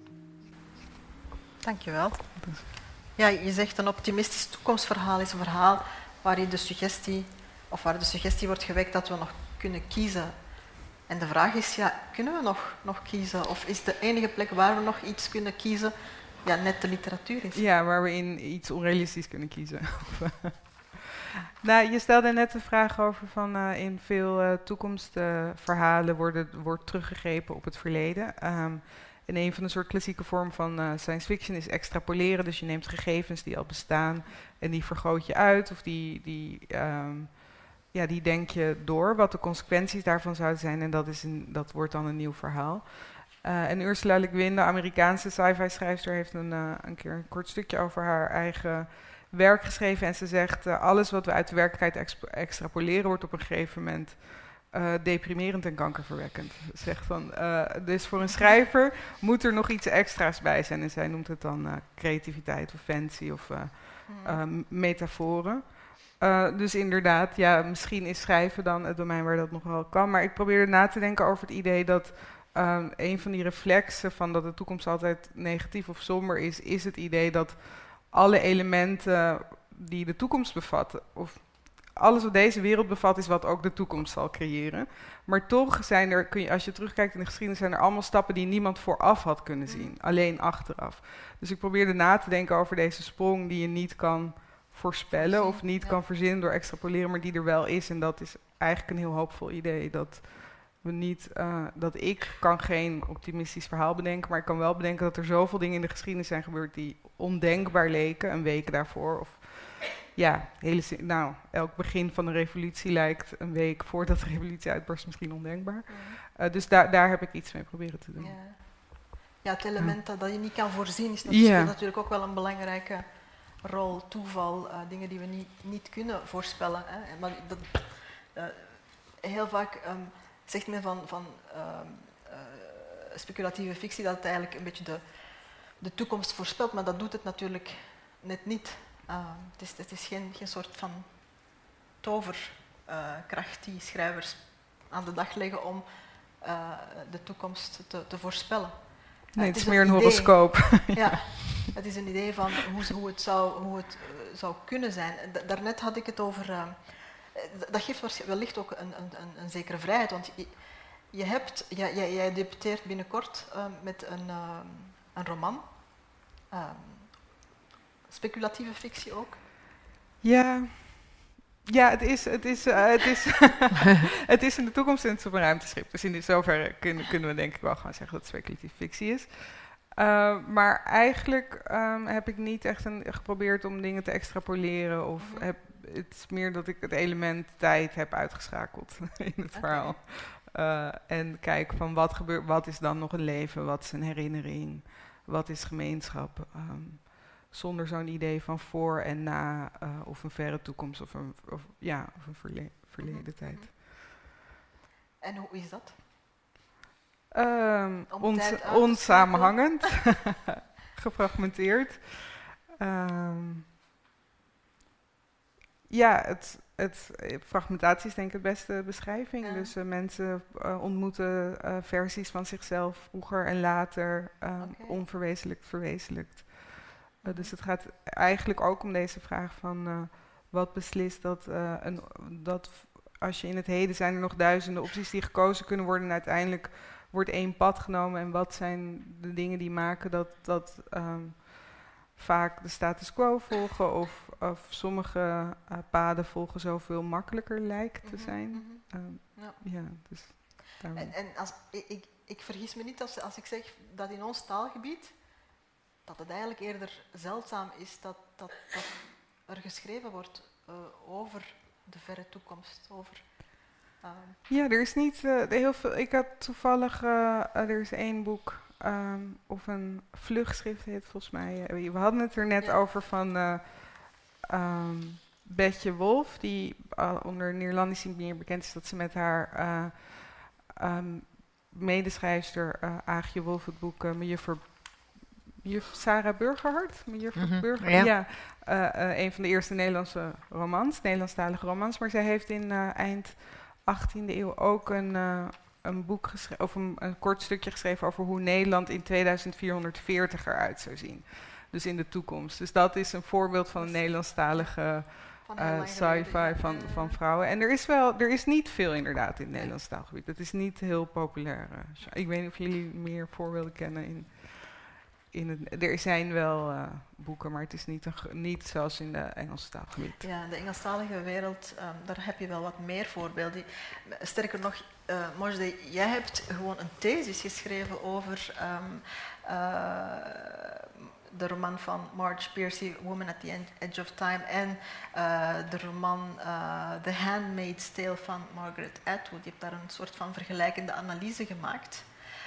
Dankjewel. Ja, je zegt een optimistisch toekomstverhaal is een verhaal waarin de suggestie, of waar de suggestie wordt gewekt dat we nog kunnen kiezen. En de vraag is, ja, kunnen we nog, nog kiezen? Of is de enige plek waar we nog iets kunnen kiezen, ja, net de literatuur is? Ja, waar we in iets onrealistisch kunnen kiezen. Nou, je stelde net de vraag over van uh, in veel uh, toekomstverhalen uh, wordt teruggegrepen op het verleden. Um, en een van de soort klassieke vormen van uh, science fiction is extrapoleren. Dus je neemt gegevens die al bestaan en die vergroot je uit of die... die um, Ja, die denk je door, wat de consequenties daarvan zouden zijn. En dat, is een, dat wordt dan een nieuw verhaal. Uh, en Ursula Le Guin, de Amerikaanse sci-fi schrijfster, heeft een, uh, een keer een kort stukje over haar eigen werk geschreven. En ze zegt, uh, alles wat we uit de werkelijkheid exp- extrapoleren wordt op een gegeven moment uh, deprimerend en kankerverwekkend. Ze zegt van, uh, dus voor een schrijver moet er nog iets extra's bij zijn. En zij noemt het dan uh, creativiteit of fancy of uh, uh, metaforen. Uh, dus inderdaad, ja, misschien is schrijven dan het domein waar dat nog wel kan. Maar ik probeerde na te denken over het idee dat uh, een van die reflexen van dat de toekomst altijd negatief of somber is, is het idee dat alle elementen die de toekomst bevatten, of alles wat deze wereld bevat, is wat ook de toekomst zal creëren. Maar toch zijn er, kun je, als je terugkijkt in de geschiedenis, zijn er allemaal stappen die niemand vooraf had kunnen zien, alleen achteraf. Dus ik probeerde na te denken over deze sprong die je niet kan voorspellen of niet kan verzinnen door extrapoleren, maar die er wel is. En dat is eigenlijk een heel hoopvol idee. Dat we niet, uh, dat ik kan geen optimistisch verhaal bedenken, maar ik kan wel bedenken dat er zoveel dingen in de geschiedenis zijn gebeurd die ondenkbaar leken, een week daarvoor. Of ja, hele, nou, elk begin van een revolutie lijkt een week voordat de revolutie uitbarst misschien ondenkbaar. Uh, dus daar, daar heb ik iets mee proberen te doen. Ja, ja het element dat, dat je niet kan voorzien is natuurlijk, ja. natuurlijk ook wel een belangrijke rol, toeval, uh, dingen die we niet, niet kunnen voorspellen. Hè. Maar dat, uh, heel vaak um, zegt men van, van uh, uh, speculatieve fictie dat het eigenlijk een beetje de, de toekomst voorspelt, maar dat doet het natuurlijk net niet. Uh, het is, het is geen, geen soort van toverkracht uh, die schrijvers aan de dag leggen om uh, de toekomst te, te voorspellen. Nee, uh, het is meer een, een horoscoop. Ja, het is een idee van hoe, hoe het, zou, hoe het uh, zou kunnen zijn. Da- daarnet had ik het over... Uh, dat geeft wellicht ook een, een, een, een zekere vrijheid, want je, je hebt, jij, jij, jij debuteert binnenkort uh, met een, uh, een roman. Uh, speculatieve fictie ook. Ja, ja het, is, het, is, uh, het, is het is in de toekomst in het op een ruimteschip. Dus in zoverre kunnen, kunnen we denk ik wel gaan zeggen dat het speculatieve fictie is. Uh, maar eigenlijk um, heb ik niet echt een, geprobeerd om dingen te extrapoleren. Of mm-hmm. heb, het is meer dat ik het element tijd heb uitgeschakeld in het okay. verhaal. Uh, en kijk van wat gebeurt, wat is dan nog een leven, wat is een herinnering, wat is gemeenschap. Um, zonder zo'n idee van voor en na, uh, of een verre toekomst of een, of, ja, of een verle verleden mm-hmm. tijd. En hoe is dat? Um, ons, onsamenhangend, gefragmenteerd. Um, ja, het, het, fragmentatie is denk ik de beste beschrijving. Ja. Dus uh, mensen uh, ontmoeten uh, versies van zichzelf vroeger en later, uh, okay. onverwezenlijkt, verwezenlijkt. Uh, dus het gaat eigenlijk ook om deze vraag van uh, wat beslist dat, uh, een, dat als je in het heden zijn er nog duizenden opties die gekozen kunnen worden en uiteindelijk wordt één pad genomen en wat zijn de dingen die maken dat, dat um, vaak de status quo volgen of, of sommige uh, paden volgen zoveel makkelijker lijkt te zijn. Mm-hmm. um, ja. ja, dus en en als, ik, ik, ik vergis me niet als, als ik zeg dat in ons taalgebied dat het eigenlijk eerder zeldzaam is dat, dat, dat er geschreven wordt uh, over de verre toekomst, over... Uh. Ja, er is niet uh, heel veel. Ik had toevallig, uh, uh, er is één boek, um, of een vlugschrift heet volgens mij. Uh, we hadden het er net ja. over van uh, um, Betje Wolf, die uh, onder Neerlandisch meer bekend is dat ze met haar uh, um, medeschrijfster uh, Aagje Wolf het boek uh, Mejuffer Juf Sarah Burgerhart, Mejuffer mm-hmm. Burgerhart, ja, ja uh, uh, een van de eerste Nederlandse romans, Nederlandstalige romans, maar zij heeft in uh, eind achttiende eeuw ook een, uh, een boek geschreven, of een, een kort stukje geschreven over hoe Nederland in tweeduizend vierhonderdveertig eruit zou zien. Dus in de toekomst. Dus dat is een voorbeeld van een Nederlandstalige uh, sci-fi van, van vrouwen. En er is wel, er is niet veel inderdaad in het Nederlands taalgebied. Het is niet heel populair. Uh, ik weet niet of jullie meer voorbeelden kennen in... In het, er zijn wel uh, boeken, maar het is niet, een, niet zoals in de Engelstalige gebied. Ja, de Engelstalige wereld, um, daar heb je wel wat meer voorbeelden. Sterker nog, uh, Mojde, jij hebt gewoon een thesis geschreven over um, uh, de roman van Marge Piercy, Woman at the Edge of Time, en uh, de roman uh, The Handmaid's Tale van Margaret Atwood. Je hebt daar een soort van vergelijkende analyse gemaakt.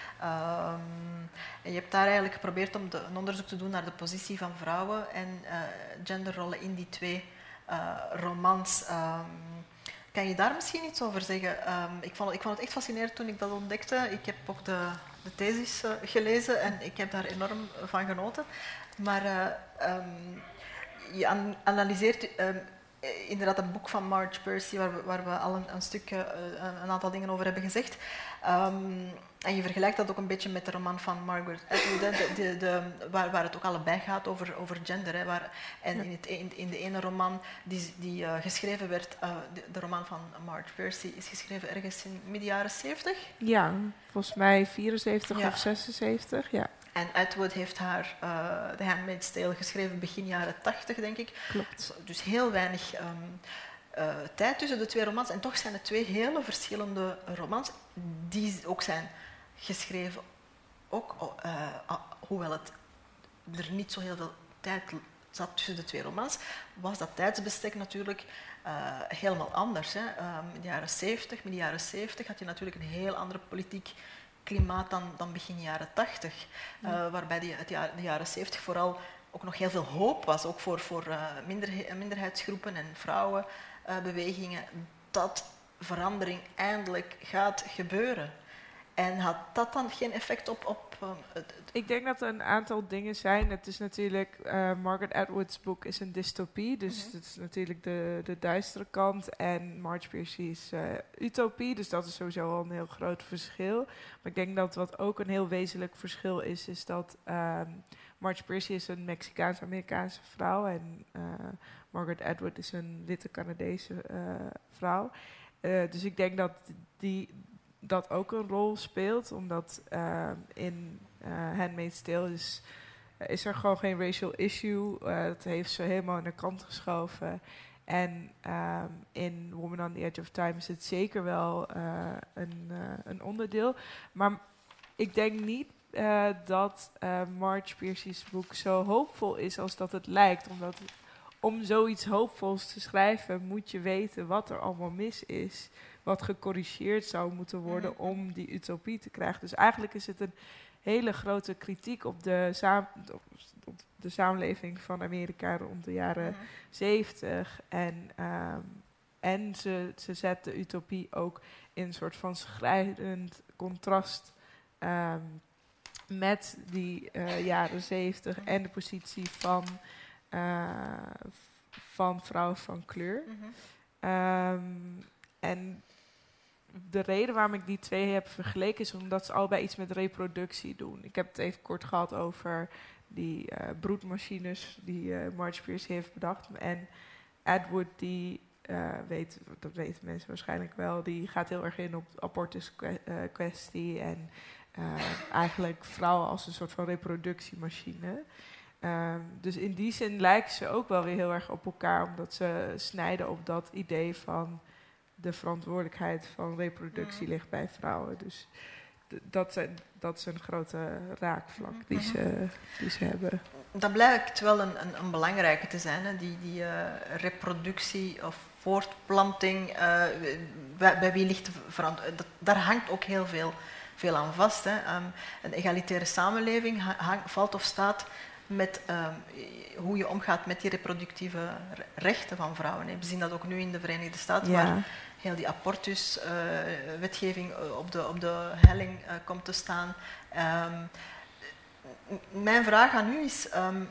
Um, en je hebt daar eigenlijk geprobeerd om de, een onderzoek te doen naar de positie van vrouwen en uh, genderrollen in die twee uh, romans. Um, kan je daar misschien iets over zeggen? Um, ik, vond, ik vond het echt fascinerend toen ik dat ontdekte. Ik heb ook de, de thesis uh, gelezen en ik heb daar enorm van genoten. Maar uh, um, je an analyseert um, inderdaad een boek van Marge Piercy waar we, waar we al een, een stuk, uh, een, een aantal dingen over hebben gezegd. Um, En je vergelijkt dat ook een beetje met de roman van Margaret Atwood, de, de, de, waar, waar het ook allebei gaat over, over gender. Hè, waar, en in, het, in, in de ene roman die, die uh, geschreven werd, uh, de, de roman van Marge Piercy, is geschreven ergens in midden jaren zeventig? Ja, volgens mij vierenzeventig ja. of zesenzeventig, ja. En Atwood heeft haar uh, The Handmaid's Tale geschreven begin jaren tachtig, denk ik. Klopt. Dus heel weinig um, uh, tijd tussen de twee romans. En toch zijn het twee hele verschillende romans die ook zijn geschreven, ook, uh, uh, hoewel het er niet zo heel veel tijd zat tussen de twee romans, was dat tijdsbestek natuurlijk uh, helemaal anders. Hè. Um, in de jaren zeventig, midden jaren zeventig had je natuurlijk een heel ander politiek klimaat dan, dan begin jaren tachtig, uh, ja. waarbij die, het jaar, de jaren zeventig vooral ook nog heel veel hoop was, ook voor, voor uh, minder, minderheidsgroepen en vrouwenbewegingen, uh, dat verandering eindelijk gaat gebeuren. En had dat dan geen effect op... op um, het, Ik denk dat er een aantal dingen zijn. Het is natuurlijk, uh, Margaret Atwood's boek is een dystopie, dus Mm-hmm. het is natuurlijk de, de duistere kant. En Marge Piercy is uh, utopie, dus dat is sowieso al een heel groot verschil. Maar ik denk dat wat ook een heel wezenlijk verschil is, is dat um, Marge Piercy is een Mexicaans-Amerikaanse vrouw en uh, Margaret Atwood is een witte Canadese uh, vrouw. Uh, dus ik denk dat die dat ook een rol speelt, omdat uh, in uh, Handmaid's Tale is, uh, is er gewoon geen racial issue. Uh, dat heeft ze helemaal aan de kant geschoven. En um, in Woman on the Edge of Time is het zeker wel uh, een, uh, een onderdeel. Maar ik denk niet uh, dat uh, Marge Piercy's boek zo hoopvol is als dat het lijkt. Omdat om zoiets hoopvols te schrijven moet je weten wat er allemaal mis is. Wat gecorrigeerd zou moeten worden mm-hmm. om die utopie te krijgen. Dus eigenlijk is het een hele grote kritiek op de, saam, op de samenleving van Amerika rond de jaren mm-hmm. zeventig. En, um, en ze, ze zet de utopie ook in een soort van schrijnend contrast um, met die uh, jaren zeventig en de positie van, uh, van vrouwen van kleur. Mm-hmm. Um, en de reden waarom ik die twee heb vergeleken is omdat ze allebei iets met reproductie doen. Ik heb het even kort gehad over die uh, broedmachines die uh, Marge Piercy heeft bedacht. En Atwood, die uh, weet, dat weten mensen waarschijnlijk wel, die gaat heel erg in op de abortus-kwestie uh, en uh, eigenlijk vrouwen als een soort van reproductiemachine. Um, dus in die zin lijken ze ook wel weer heel erg op elkaar, omdat ze snijden op dat idee van de verantwoordelijkheid van reproductie ligt bij vrouwen. Dus d- dat, zijn, dat is een grote raakvlak die, mm-hmm. ze, die ze hebben. Dat blijkt wel een, een, een belangrijke te zijn, hè? Die, die uh, reproductie of voortplanting. Uh, bij, bij wie ligt de verantwoordelijkheid? Daar hangt ook heel veel, veel aan vast. Hè? Um, een egalitaire samenleving hang, valt of staat met um, hoe je omgaat met die reproductieve rechten van vrouwen. We zien dat ook nu in de Verenigde Staten, ja. waar heel die abortuswetgeving uh, op, de, op de helling uh, komt te staan. Um, mijn vraag aan u is... Um,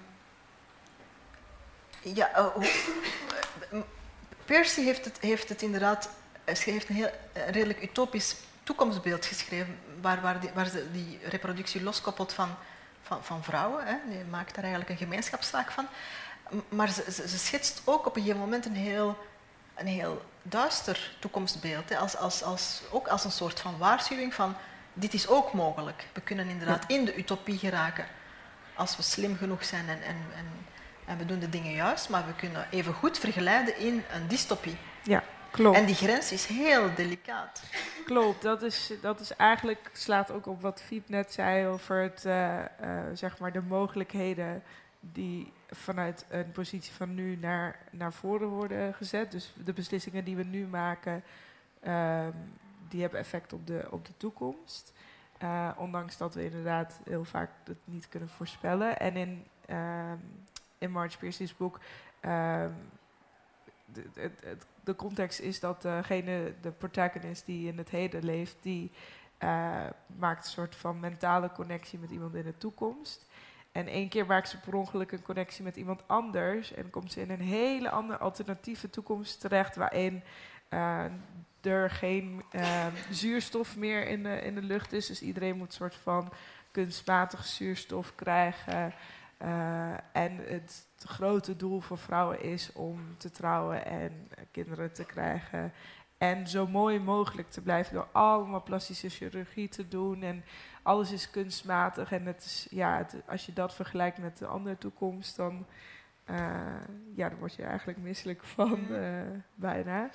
ja, uh, hoe, uh, Piercy heeft het, heeft het inderdaad... Ze heeft een heel een redelijk utopisch toekomstbeeld geschreven, waar, waar, die, waar ze die reproductie loskoppelt van... Van, van vrouwen, hè. Die maakt daar eigenlijk een gemeenschapszaak van. Maar ze, ze, ze schetst ook op een gegeven moment een heel, een heel duister toekomstbeeld. Hè. Als, als, als, ook als een soort van waarschuwing van, dit is ook mogelijk. We kunnen inderdaad in de utopie geraken als we slim genoeg zijn en, en, en, en we doen de dingen juist. Maar we kunnen even goed vergelijden in een dystopie. Ja. Klopt. En die grens is heel delicaat. Klopt, dat is, dat is eigenlijk, slaat ook op wat Fiep net zei over het, uh, uh, zeg maar de mogelijkheden die vanuit een positie van nu naar, naar voren worden gezet. Dus de beslissingen die we nu maken, uh, die hebben effect op de, op de toekomst. Uh, ondanks dat we inderdaad heel vaak het niet kunnen voorspellen. En in, uh, in Marge Piercy's boek... Uh, De, de, de context is dat degene, de protagonist die in het heden leeft, die uh, maakt een soort van mentale connectie met iemand in de toekomst. En één keer maakt ze per ongeluk een connectie met iemand anders en komt ze in een hele andere alternatieve toekomst terecht, waarin uh, er geen uh, zuurstof meer in de, in de lucht is. Dus iedereen moet een soort van kunstmatig zuurstof krijgen. Uh, en het grote doel voor vrouwen is om te trouwen en uh, kinderen te krijgen. En zo mooi mogelijk te blijven door allemaal plastische chirurgie te doen. En alles is kunstmatig. En het is, ja, het, als je dat vergelijkt met de andere toekomst, dan, uh, ja, dan word je eigenlijk misselijk van, uh, bijna.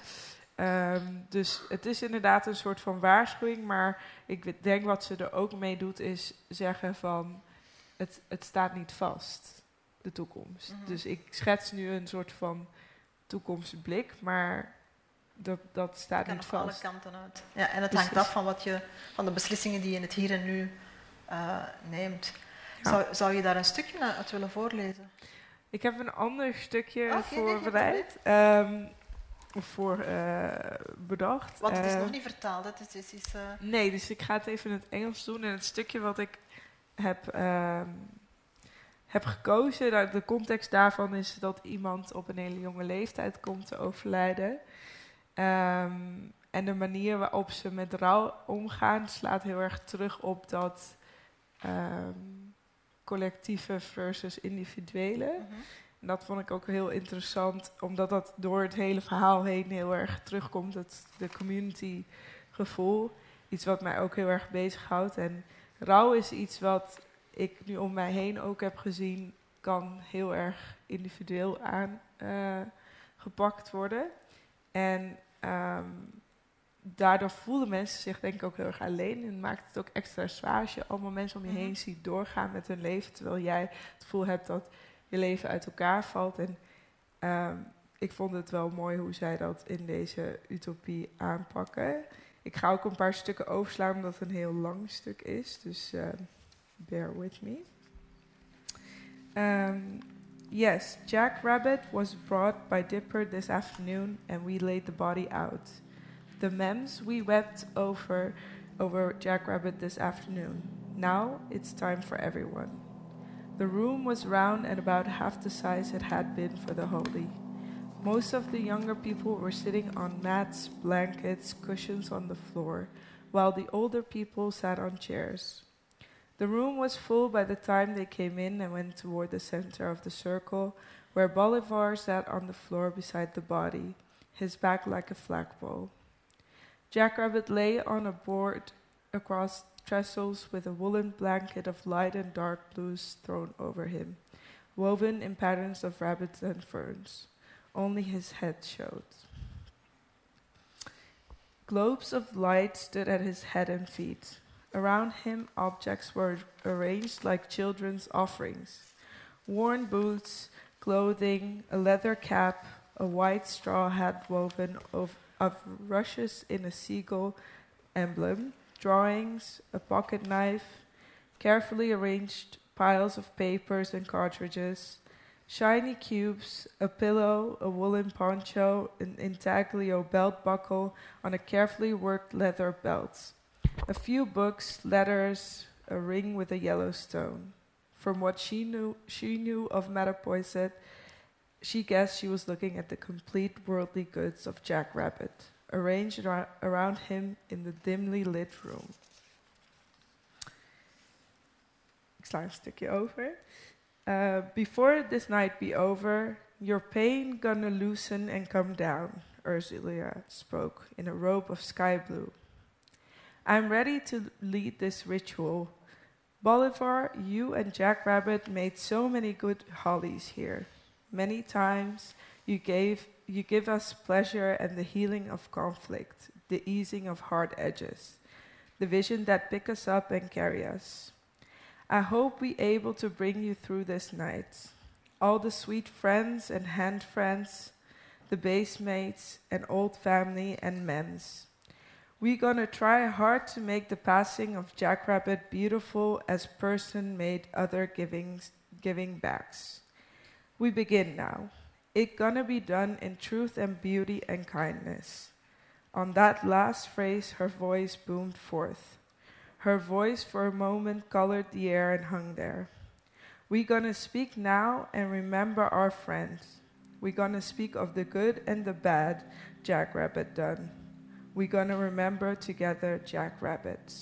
Um, dus het is inderdaad een soort van waarschuwing. Maar ik denk wat ze er ook mee doet is zeggen van... Het, het staat niet vast, de toekomst. Mm-hmm. Dus ik schets nu een soort van toekomstblik, maar dat, dat staat niet vast. Alle kanten uit. Ja, en het hangt af van, wat je, van de beslissingen die je in het hier en nu uh, neemt. Ja. Zou, zou je daar een stukje uit willen voorlezen? Ik heb een ander stukje oh, voorbereid. Nee, um, voor uh, bedacht. Want het is uh, nog niet vertaald. Het is, is, is, uh... Nee, dus ik ga het even in het Engels doen. En het stukje wat ik heb, uh, heb gekozen, nou, de context daarvan is dat iemand op een hele jonge leeftijd komt te overlijden. Um, en de manier waarop ze met rouw omgaan slaat heel erg terug op dat um, collectieve versus individuele. Mm-hmm. En dat vond ik ook heel interessant, omdat dat door het hele verhaal heen heel erg terugkomt, het de community gevoel. Iets wat mij ook heel erg bezighoudt. En rouw is iets wat ik nu om mij heen ook heb gezien, kan heel erg individueel aangepakt uh, worden. En um, daardoor voelen mensen zich denk ik ook heel erg alleen. En maakt het ook extra zwaar als je allemaal mensen om je heen ziet doorgaan met hun leven, terwijl jij het gevoel hebt dat je leven uit elkaar valt. En um, ik vond het wel mooi hoe zij dat in deze utopie aanpakken. Ik ga ook een paar stukken overslaan, omdat het een heel lang stuk is. Dus uh, bear with me. Um, yes, Jack Rabbit was brought by Dipper this afternoon, and we laid the body out. The mems we wept over, over Jack Rabbit this afternoon. Now it's time for everyone. The room was round and about half the size it had been for the Holy. Most of the younger people were sitting on mats, blankets, cushions on the floor, while the older people sat on chairs. The room was full by the time they came in and went toward the center of the circle, where Bolivar sat on the floor beside the body, his back like a flagpole. Jackrabbit lay on a board across trestles with a woolen blanket of light and dark blues thrown over him, woven in patterns of rabbits and ferns. Only his head showed. Globes of light stood at his head and feet. Around him, objects were arranged like children's offerings. Worn boots, clothing, a leather cap, a white straw hat woven of, of rushes in a seagull emblem, drawings, a pocket knife, carefully arranged piles of papers and cartridges, shiny cubes, a pillow, a woolen poncho, an intaglio belt buckle on a carefully worked leather belt, a few books, letters, a ring with a yellow stone. From what she knew, she knew of Mattapoisett, she guessed she was looking at the complete worldly goods of Jack Rabbit, arranged ar- around him in the dimly lit room. Ik sla een stukje over. Uh, before this night be over, your pain gonna loosen and come down, Ursula spoke in a robe of sky blue. I'm ready to lead this ritual. Bolivar, you and Jack Rabbit made so many good hollies here. Many times you gave you give us pleasure and the healing of conflict, the easing of hard edges, the vision that pick us up and carry us. I hope we able to bring you through this night. All the sweet friends and hand friends, the base mates and old family and mems. We're gonna try hard to make the passing of Jackrabbit beautiful as person made other givings, giving backs. We begin now. It gonna be done in truth and beauty and kindness. On that last phrase, her voice boomed forth. Her voice for a moment colored the air and hung there. We're gonna speak now and remember our friends. We're gonna speak of the good and the bad Jackrabbit done. We're gonna remember together Jackrabbits.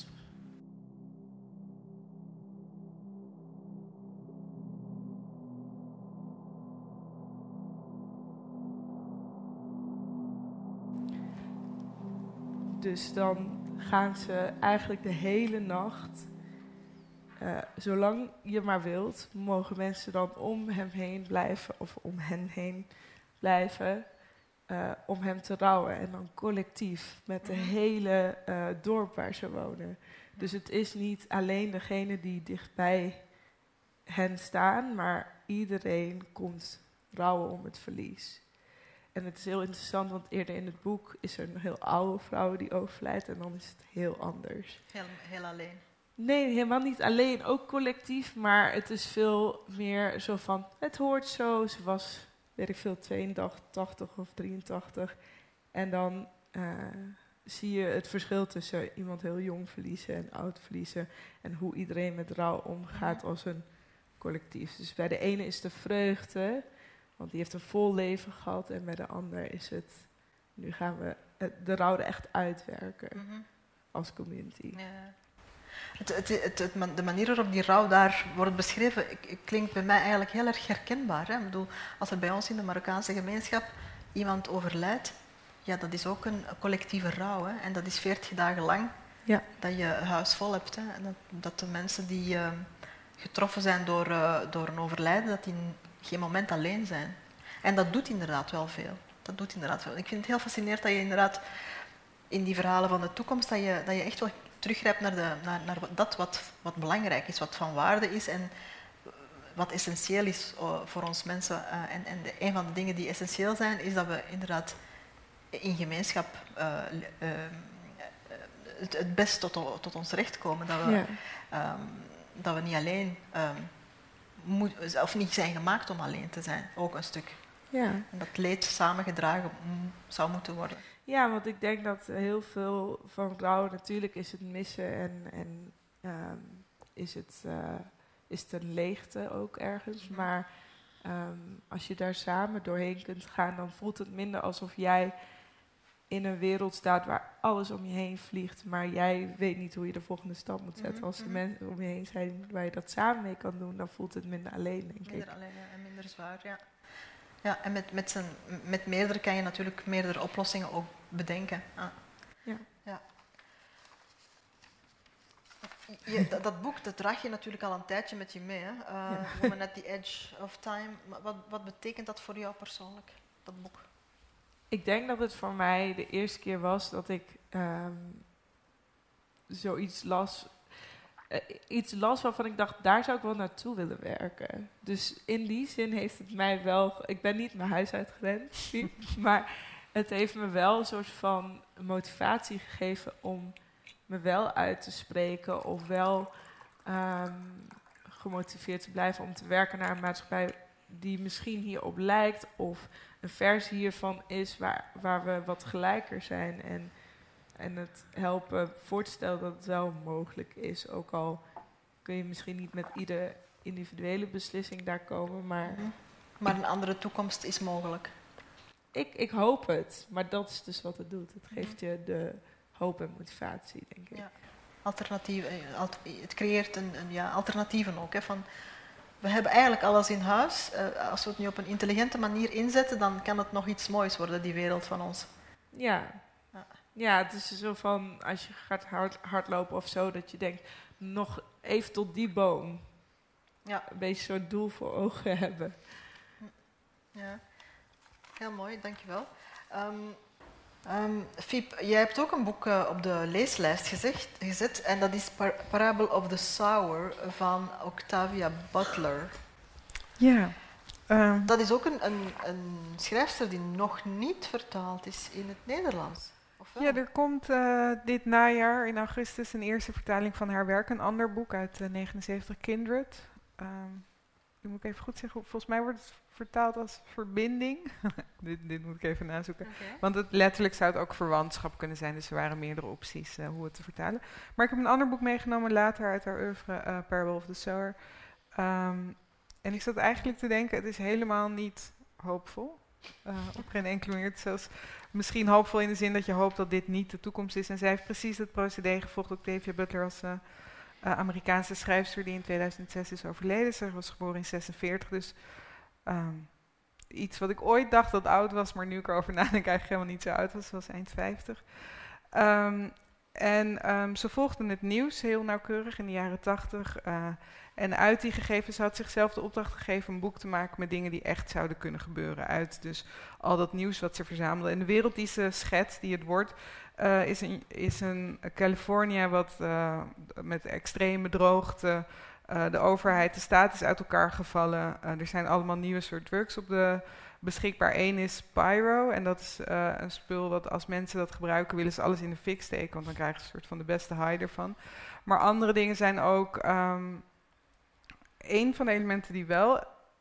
Dus dan gaan ze eigenlijk de hele nacht, uh, zolang je maar wilt, mogen mensen dan om hem heen blijven of om hen heen blijven, uh, om hem te rouwen. En dan collectief, met de hele uh, dorp waar ze wonen. Dus het is niet alleen degene die dichtbij hen staan, maar iedereen komt rouwen om het verlies. En het is heel interessant, want eerder in het boek is er een heel oude vrouw die overlijdt en dan is het heel anders. Heel, heel alleen. Nee, helemaal niet alleen, ook collectief, maar het is veel meer zo van, het hoort zo, ze was weet ik veel, tweeëntachtig of drieëntachtig. En dan uh, zie je het verschil tussen iemand heel jong verliezen en oud verliezen. En hoe iedereen met rouw omgaat als een collectief. Dus bij de ene is de vreugde, want die heeft een vol leven gehad. En bij de ander is het, nu gaan we de rouw er echt uitwerken mm-hmm. als community. Ja. Het, het, het, het, de manier waarop die rouw daar wordt beschreven, ik, ik klinkt bij mij eigenlijk heel erg herkenbaar. Hè? Ik bedoel, als er bij ons in de Marokkaanse gemeenschap iemand overlijdt, ja, dat is ook een collectieve rouw. Hè? En dat is veertig dagen lang ja. dat je huis vol hebt. Hè? En dat, dat de mensen die uh, getroffen zijn door, uh, door een overlijden, dat die geen moment alleen zijn. En dat doet inderdaad wel veel. Dat doet inderdaad veel. Ik vind het heel fascinerend dat je inderdaad in die verhalen van de toekomst, dat je, dat je echt wel teruggrijpt naar, de, naar, naar dat wat, wat belangrijk is, wat van waarde is en wat essentieel is uh, voor ons mensen. Uh, en en de, een van de dingen die essentieel zijn, is dat we inderdaad in gemeenschap uh, uh, het, het best tot, tot ons recht komen. Dat we, ja. um, dat we niet alleen, um, moet, of niet zijn gemaakt om alleen te zijn, ook een stuk. Ja. En dat leed samengedragen m- zou moeten worden. Ja, want ik denk dat heel veel van rouw, natuurlijk is het missen en, en um, is, het, uh, is het een leegte ook ergens. Maar um, als je daar samen doorheen kunt gaan, dan voelt het minder alsof jij in een wereld staat waar alles om je heen vliegt, maar jij weet niet hoe je de volgende stap moet zetten. Als er mensen om je heen zijn waar je dat samen mee kan doen, dan voelt het minder alleen, denk minder ik. Minder alleen ja, en minder zwaar, ja. Ja, en met, met, zijn, met meerdere kan je natuurlijk meerdere oplossingen ook bedenken. Ah. Ja. Ja. Je, dat, dat boek, dat draag je natuurlijk al een tijdje met je mee. Hè? Uh, ja. Woman at the Edge of Time. Wat, wat betekent dat voor jou persoonlijk, dat boek? Ik denk dat het voor mij de eerste keer was dat ik um, zoiets las. Uh, iets las waarvan ik dacht, daar zou ik wel naartoe willen werken. Dus in die zin heeft het mij wel... Ik ben niet mijn huis uitgerend, maar het heeft me wel een soort van motivatie gegeven om me wel uit te spreken of wel um, gemotiveerd te blijven om te werken naar een maatschappij die misschien hierop lijkt of een versie hiervan is waar, waar we wat gelijker zijn en... En het helpen voor te stellen dat het wel mogelijk is. Ook al kun je misschien niet met iedere individuele beslissing daar komen. Maar, mm-hmm. maar een andere toekomst is mogelijk. Ik, ik hoop het. Maar dat is dus wat het doet. Het geeft je de hoop en motivatie, denk ik. Ja. Alternatieven. Het creëert een, een, ja, alternatieven ook. Hè, van, we hebben eigenlijk alles in huis. Uh, als we het nu op een intelligente manier inzetten, dan kan het nog iets moois worden, die wereld van ons. Ja. ja. Ja, het is zo van, als je gaat hard, hardlopen of zo, dat je denkt, nog even tot die boom. Ja. Een beetje zo'n doel voor ogen hebben. Ja, heel mooi, dankjewel. Um, um, Fiep, jij hebt ook een boek uh, op de leeslijst gezegd, gezet, en dat is Par- Parable of the Sower van Octavia Butler. Ja. Um. Dat is ook een, een, een schrijfster die nog niet vertaald is in het Nederlands. Ja, er komt uh, dit najaar in augustus een eerste vertaling van haar werk, een ander boek uit uh, negenenzeventig, Kindred. Um, nu moet ik even goed zeggen, volgens mij wordt het vertaald als verbinding. dit, dit moet ik even nazoeken. Okay. Want het, letterlijk zou het ook verwantschap kunnen zijn, dus er waren meerdere opties uh, hoe het te vertalen. Maar ik heb een ander boek meegenomen later uit haar oeuvre, uh, Parable of the Sower. Um, en ik zat eigenlijk te denken, het is helemaal niet hoopvol. Uh, op geen enkele manier. Het is zelfs misschien hoopvol in de zin dat je hoopt dat dit niet de toekomst is. En zij heeft precies het procedé gevolgd. Octavia Butler als uh, uh, Amerikaanse schrijfster die in tweeduizend zes is overleden. Ze was geboren in zesenveertig. Dus um, iets wat ik ooit dacht dat oud was, maar nu ik erover nadenk eigenlijk helemaal niet zo oud was. Ze was eind vijftig. Um, en um, ze volgde het nieuws heel nauwkeurig in de jaren tachtig. Uh, En uit die gegevens had zichzelf de opdracht gegeven een boek te maken met dingen die echt zouden kunnen gebeuren. Uit dus al dat nieuws wat ze verzamelde. En de wereld die ze schetst, die het wordt, uh, is, een, is een Californië wat uh, met extreme droogte, uh, de overheid, de staat is uit elkaar gevallen. Uh, er zijn allemaal nieuwe soort drugs op de beschikbaar. Eén is Pyro en dat is uh, een spul wat als mensen dat gebruiken willen ze alles in de fik steken, want dan krijgen ze een soort van de beste high ervan. Maar andere dingen zijn ook... Um, Een van de elementen die wel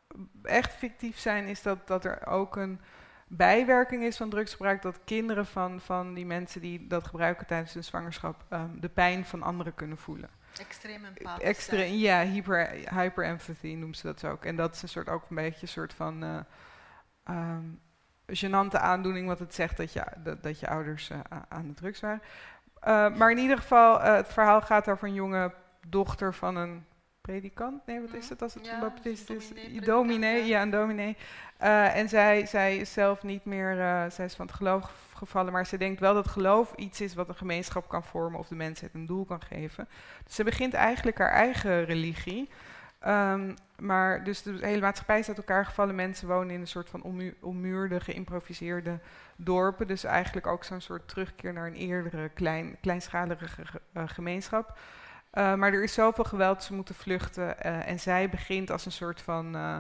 echt fictief zijn is dat, dat er ook een bijwerking is van drugsgebruik, dat kinderen van, van die mensen die dat gebruiken tijdens hun zwangerschap um, de pijn van anderen kunnen voelen. Extreem empathisch. Extreem, ja, hyper, hyperempathy noemen ze dat ook. En dat is een soort, ook een beetje een soort van uh, um, gênante aandoening, wat het zegt dat je, dat, dat je ouders uh, aan de drugs waren. Uh, maar in ieder geval, uh, het verhaal gaat over een jonge dochter van een predikant. Nee, wat is het als het ja, een baptist is? Dominee, Dominee, ja. ja, een dominee. Uh, en zij, zij is zelf niet meer, uh, zij is van het geloof gevallen, maar ze denkt wel dat geloof iets is wat een gemeenschap kan vormen of de mensheid een doel kan geven. Dus ze begint eigenlijk haar eigen religie. Um, maar dus de hele maatschappij is uit elkaar gevallen. Mensen wonen in een soort van ommu- ommuurde, geïmproviseerde dorpen. Dus eigenlijk ook zo'n soort terugkeer naar een eerdere, klein, kleinschalige ge- uh, gemeenschap. Uh, maar er is zoveel geweld, ze moeten vluchten. Uh, en zij begint als een soort van uh,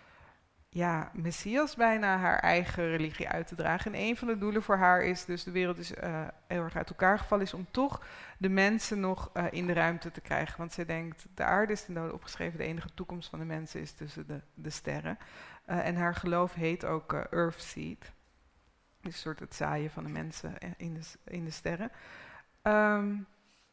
ja, messias bijna haar eigen religie uit te dragen. En een van de doelen voor haar is dus, de wereld is uh, heel erg uit elkaar gevallen, is om toch de mensen nog uh, in de ruimte te krijgen. Want zij denkt, de aarde is ten dode opgeschreven, de enige toekomst van de mensen is tussen de, de sterren. Uh, en haar geloof heet ook uh, Earthseed. Dus een soort het zaaien van de mensen in de, in de sterren. Um,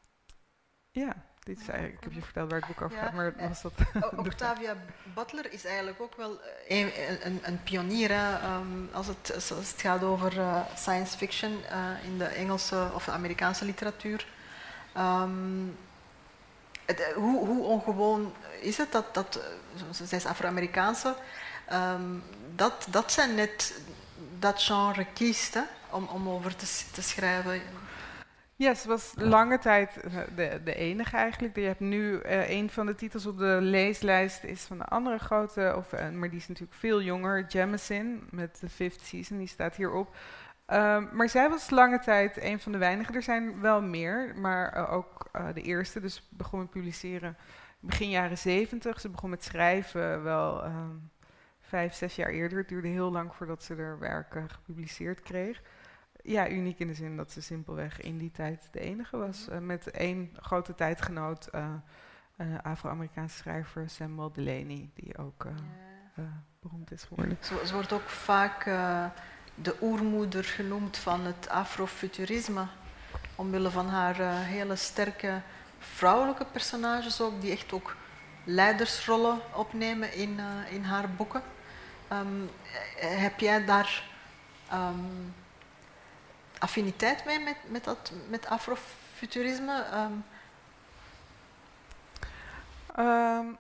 ja, dit is eigenlijk, ik heb je verteld waar het boek over ja, gaat, maar was dat... Octavia Butler is eigenlijk ook wel een, een, een pionier hè, um, als, het, als het gaat over uh, science fiction uh, in de Engelse of de Amerikaanse literatuur. Um, het, hoe, hoe ongewoon is het dat, dat zij is Afro-Amerikaanse, um, dat, dat zij net dat genre kiest hè, om, om over te, te schrijven. Ja, ze was lange tijd de, de enige eigenlijk. Je hebt nu uh, een van de titels op de leeslijst is van de andere grote, of, uh, maar die is natuurlijk veel jonger, Jemisin met de Fifth Season, die staat hierop. Um, maar zij was lange tijd een van de weinigen. Er zijn wel meer, maar uh, ook uh, de eerste. Dus begon met publiceren begin jaren zeventig. Ze begon met schrijven wel um, vijf, zes jaar eerder. Het duurde heel lang voordat ze haar werk uh, gepubliceerd kreeg. Ja, uniek in de zin dat ze simpelweg in die tijd de enige was. Uh, met één grote tijdgenoot, uh, uh, Afro-Amerikaanse schrijver Samuel Delany, die ook uh, uh, beroemd is geworden. Ze, ze wordt ook vaak uh, de oermoeder genoemd van het afrofuturisme. Omwille van haar uh, hele sterke vrouwelijke personages ook, die echt ook leidersrollen opnemen in, uh, in haar boeken. Um, heb jij daar... Um, affiniteit mee met, met, dat, met afrofuturisme? Um. Um,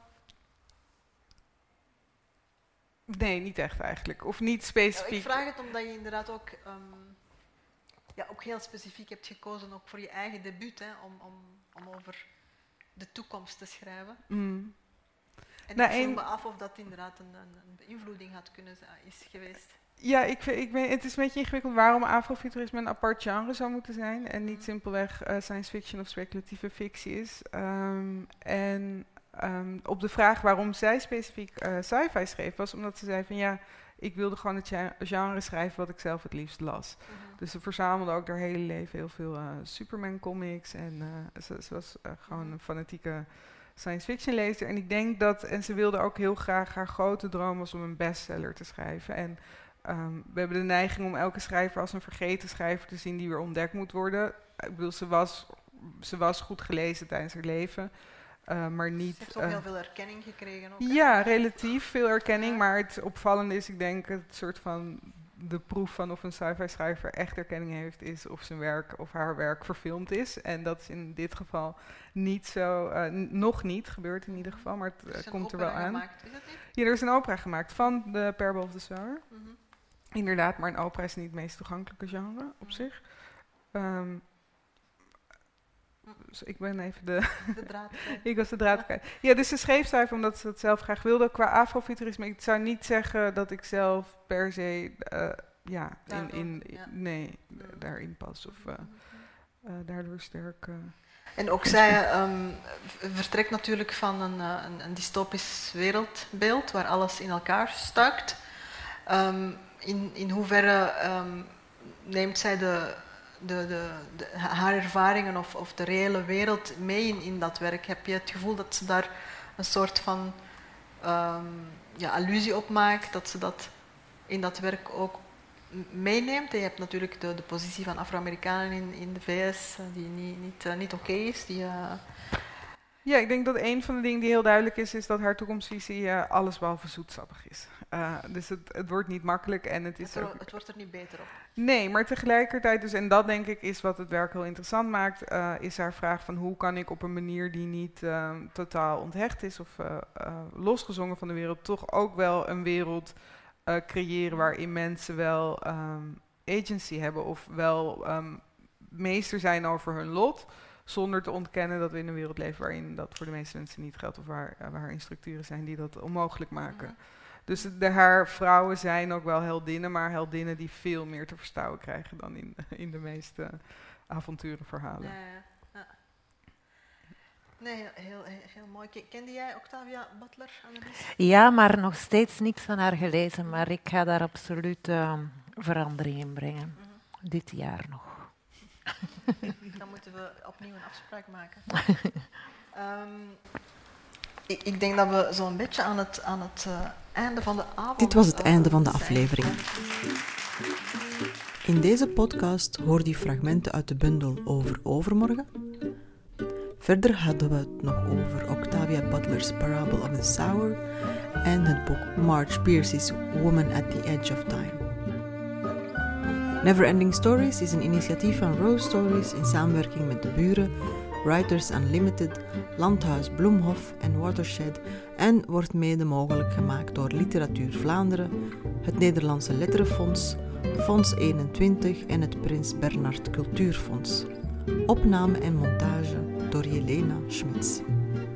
nee, niet echt eigenlijk. Of niet specifiek. Ik vraag het omdat je inderdaad ook, um, ja, ook heel specifiek hebt gekozen ook voor je eigen debuut, hè, om, om, om over de toekomst te schrijven. Mm. En nou, ik vroeg een... me af of dat inderdaad een, een, een beïnvloeding had kunnen is geweest. Ja, ik, ik weet, het is een beetje ingewikkeld waarom afrofuturisme een apart genre zou moeten zijn en niet simpelweg uh, science fiction of speculatieve fictie is. Um, en um, op de vraag waarom zij specifiek uh, sci-fi schreef, was omdat ze zei van ja, ik wilde gewoon het genre schrijven wat ik zelf het liefst las. Mm-hmm. Dus ze verzamelde ook haar hele leven heel veel uh, Superman comics en uh, ze, ze was uh, gewoon mm-hmm. een fanatieke science fiction lezer. En ik denk dat, en ze wilde ook heel graag, haar grote droom was om een bestseller te schrijven. En Um, we hebben de neiging om elke schrijver als een vergeten schrijver te zien die weer ontdekt moet worden. Ik bedoel, ze was, ze was goed gelezen tijdens haar leven, uh, maar niet... Ze heeft ook uh, heel veel erkenning gekregen. Ook, ja, relatief veel erkenning, ja. Maar het opvallende is, ik denk, het soort van de proef van of een sci-fi schrijver echt erkenning heeft, is of zijn werk of haar werk verfilmd is. En dat is in dit geval niet zo, uh, n- nog niet gebeurd in ieder geval, maar het uh, komt er wel aan. Gemaakt, is dat niet? Ja, er is een opera gemaakt van de Parable of the Sower. Mm-hmm. Inderdaad, maar een opera is niet het meest toegankelijke genre op zich. Um, dus ik ben even de... de draad ik was de draad kwijt. Ja, dus ze schreef cijfer omdat ze het zelf graag wilde. Qua afrofuturisme, ik zou niet zeggen dat ik zelf per se... Uh, ja, in, in, in, ja, nee, mm. daarin pas. Of uh, uh, daardoor sterk... Uh, en ook zij um, vertrekt natuurlijk van een, een, een dystopisch wereldbeeld waar alles in elkaar stuikt. Um, In, in hoeverre um, neemt zij de, de, de, de, haar ervaringen of, of de reële wereld mee in, in dat werk? Heb je het gevoel dat ze daar een soort van um, ja, allusie op maakt, dat ze dat in dat werk ook meeneemt. Je hebt natuurlijk de, de positie van Afro-Amerikanen in, in de V S, die niet, niet, uh, niet oké is. Die, uh... Ja, ik denk dat een van de dingen die heel duidelijk is, is dat haar toekomstvisie uh, allesbehalve zoetsappig is. Uh, dus het, het wordt niet makkelijk en het is het, ook... Het wordt er niet beter op. Nee, maar tegelijkertijd, dus, en dat denk ik is wat het werk heel interessant maakt, uh, is haar vraag van hoe kan ik op een manier die niet uh, totaal onthecht is of uh, uh, losgezongen van de wereld, toch ook wel een wereld uh, creëren waarin mensen wel um, agency hebben of wel um, meester zijn over hun lot, zonder te ontkennen dat we in een wereld leven waarin dat voor de meeste mensen niet geldt of waar, uh, waar er structuren zijn die dat onmogelijk maken. Mm-hmm. Dus de, haar vrouwen zijn ook wel heldinnen, maar heldinnen die veel meer te verstouwen krijgen dan in, in de meeste avonturenverhalen. Ja, ja, ja. Nee, heel, heel, heel mooi. Kende jij Octavia Butler, Annelies? Ja, maar nog steeds niks van haar gelezen. Maar ik ga daar absoluut uh, verandering in brengen. Mm-hmm. Dit jaar nog. Dan moeten we opnieuw een afspraak maken. um, ik, ik denk dat we zo'n beetje aan het, aan het uh, einde van de avond... Dit was het einde van de aflevering. In deze podcast hoorde je fragmenten uit de bundel over overmorgen. Verder hadden we het nog over Octavia Butler's Parable of the Sower en het boek Marge Piercy's Woman at the Edge of Time. Neverending Stories is een initiatief van Rose Stories in samenwerking met de buren, Writers Unlimited, Landhuis Bloemhof en Watershed en wordt mede mogelijk gemaakt door Literatuur Vlaanderen, het Nederlandse Letterenfonds, Fonds eenentwintig en het Prins Bernhard Cultuurfonds. Opname en montage door Jelena Schmitz.